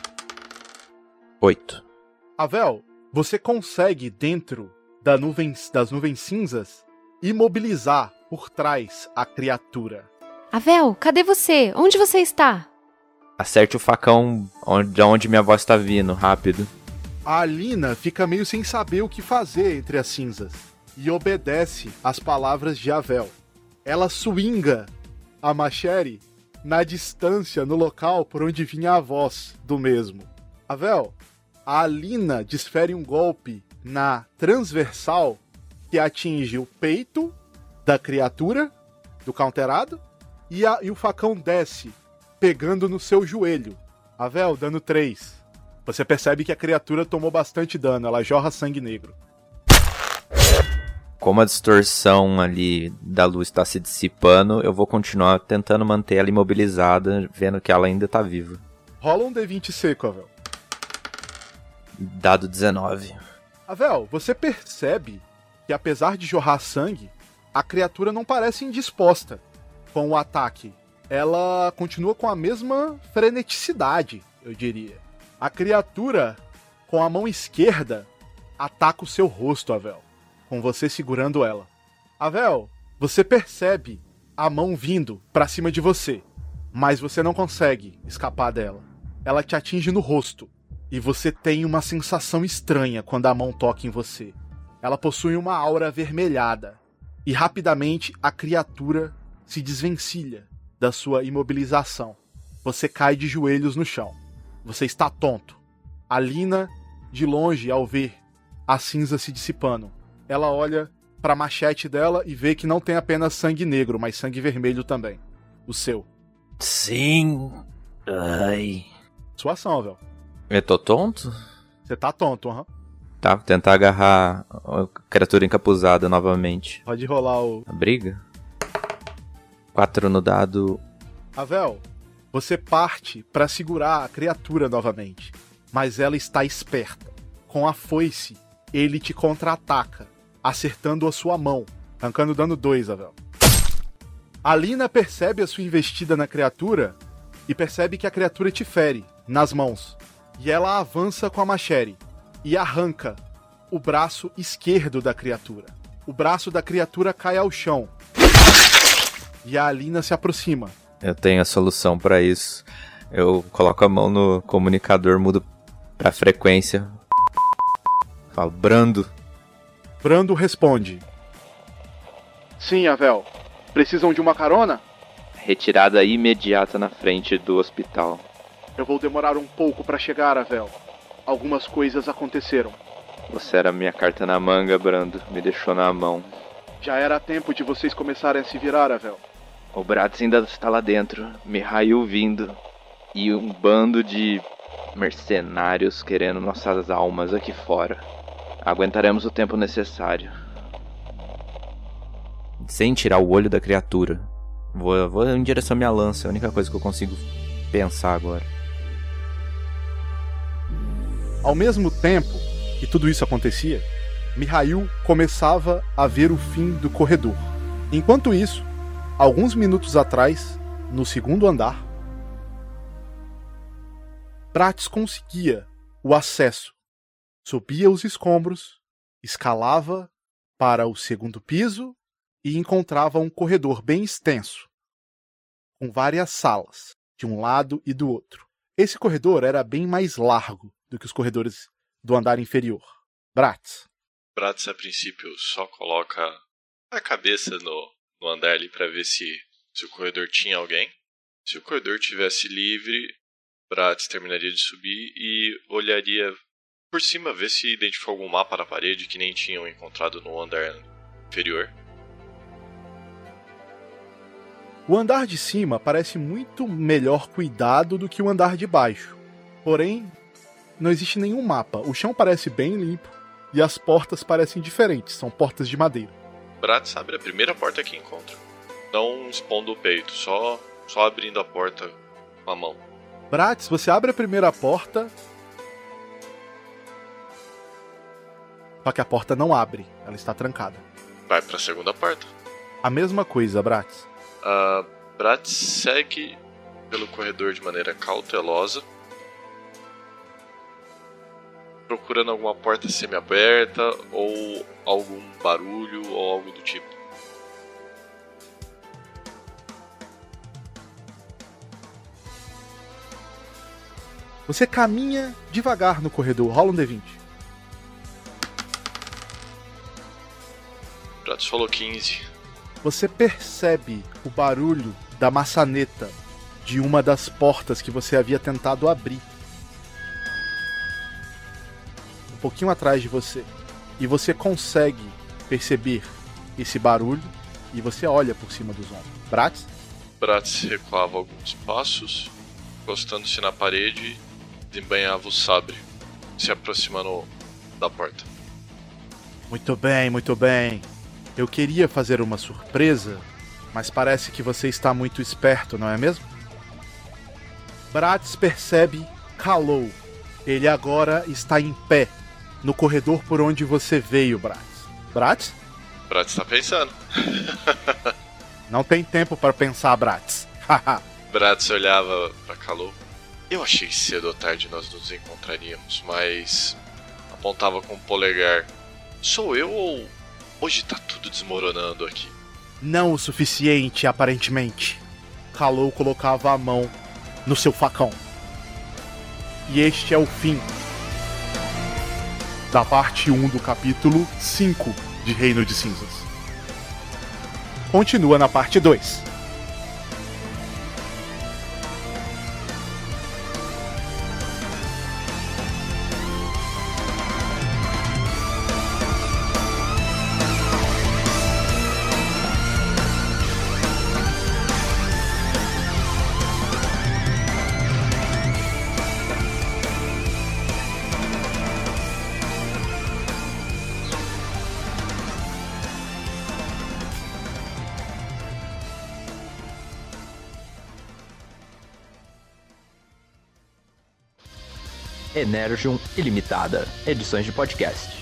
8. Avel, você consegue, dentro das nuvens cinzas, imobilizar por trás a criatura. Avel, cadê você? Onde você está? Acerte o facão de onde minha voz tá vindo, rápido. A Alina fica meio sem saber o que fazer entre as cinzas e obedece às palavras de Avel. Ela swinga a machete na distância, no local por onde vinha a voz do mesmo. Avel, a Alina desfere um golpe na transversal que atinge o peito da criatura, do counterado, e o facão desce, pegando no seu joelho. Avel, dano 3. Você percebe que a criatura tomou bastante dano, ela jorra sangue negro. Como a distorção ali da luz está se dissipando, eu vou continuar tentando manter ela imobilizada, vendo que ela ainda tá viva. Rola um D20 seco, Avel. Dado 19. Avel, você percebe que apesar de jorrar sangue, a criatura não parece indisposta com o ataque. Ela continua com a mesma freneticidade, eu diria. A criatura, com a mão esquerda, ataca o seu rosto, Avel, com você segurando ela. Avel, você percebe a mão vindo pra cima de você, mas você não consegue escapar dela. Ela te atinge no rosto, e você tem uma sensação estranha quando a mão toca em você. Ela possui uma aura avermelhada, e rapidamente a criatura se desvencilha da sua imobilização. Você cai de joelhos no chão. Você está tonto. A Lina, de longe, ao ver a cinza se dissipando, ela olha para a machete dela e vê que não tem apenas sangue negro, mas sangue vermelho também. O seu. Sim. Ai. Sua ação, velho. Eu tô tonto? Você tá tonto, aham. Tá, vou tentar agarrar a criatura encapuzada novamente. Pode rolar a briga. 4 no dado. Avel, você parte para segurar a criatura novamente, mas ela está esperta. Com a foice, ele te contra-ataca, acertando a sua mão, arrancando dano 2, Avel. A Lina percebe a sua investida na criatura e percebe que a criatura te fere nas mãos. E ela avança com a machete e arranca o braço esquerdo da criatura. O braço da criatura cai ao chão. E a Alina se aproxima. Eu tenho a solução pra isso. Eu coloco a mão no comunicador, mudo pra frequência. Falo, Brando. Brando responde. Sim, Avel. Precisam de uma carona? Retirada imediata na frente do hospital. Eu vou demorar um pouco pra chegar, Avel. Algumas coisas aconteceram. Você era minha carta na manga, Brando. Me deixou na mão. Já era tempo de vocês começarem a se virar, Avel. O Bratz ainda está lá dentro. Mihail vindo. E um bando de mercenários querendo nossas almas aqui fora. Aguentaremos o tempo necessário. Sem tirar o olho da criatura. Vou em direção à minha lança. É a única coisa que eu consigo pensar agora. Ao mesmo tempo que tudo isso acontecia, Mihail começava a ver o fim do corredor. Enquanto isso, alguns minutos atrás, no segundo andar, Bratz conseguia o acesso. Subia os escombros, escalava para o segundo piso e encontrava um corredor bem extenso, com várias salas, de um lado e do outro. Esse corredor era bem mais largo do que os corredores do andar inferior. Bratz, a princípio, só coloca a cabeça no andar ali para ver se o corredor tinha alguém. Se o corredor tivesse livre, Bratz terminaria de subir e olharia por cima, ver se identificou algum mapa na parede que nem tinham encontrado no andar inferior. O andar de cima parece muito melhor cuidado do que o andar de baixo. Porém, não existe nenhum mapa. O chão parece bem limpo e as portas parecem diferentes. São portas de madeira. Bratz abre a primeira porta que encontra. Não expondo o peito, só abrindo a porta com a mão. Bratz, você abre a primeira porta. Só que a porta não abre. Ela está trancada. Vai pra segunda porta. A mesma coisa, Bratz. Bratz segue pelo corredor de maneira cautelosa, procurando alguma porta semi-aberta ou algum barulho ou algo do tipo. Você caminha devagar no corredor. Rola um D20. Bratz falou 15. Você percebe o barulho da maçaneta de uma das portas que você havia tentado abrir. Um pouquinho atrás de você. E você consegue perceber esse barulho e você olha por cima dos ombros. Bratz? Bratz recuava alguns passos, encostando-se na parede, desembainhava o sabre, se aproximando da porta. Muito bem, muito bem. Eu queria fazer uma surpresa, mas parece que você está muito esperto, não é mesmo? Bratz percebe Kalou. Ele agora está em pé, no corredor por onde você veio, Bratz. Bratz? Bratz está pensando. Não tem tempo para pensar, Bratz. Bratz olhava para Kalou. Eu achei que cedo ou tarde nós nos encontraríamos, mas apontava com o polegar. Sou eu ou hoje tá tudo desmoronando aqui? Não o suficiente, aparentemente. Kalou colocava a mão no seu facão. E este é o fim da parte 1 do capítulo 5 de Reino de Cinzas. Continua na parte 2. Energium Ilimitada, edições de podcast.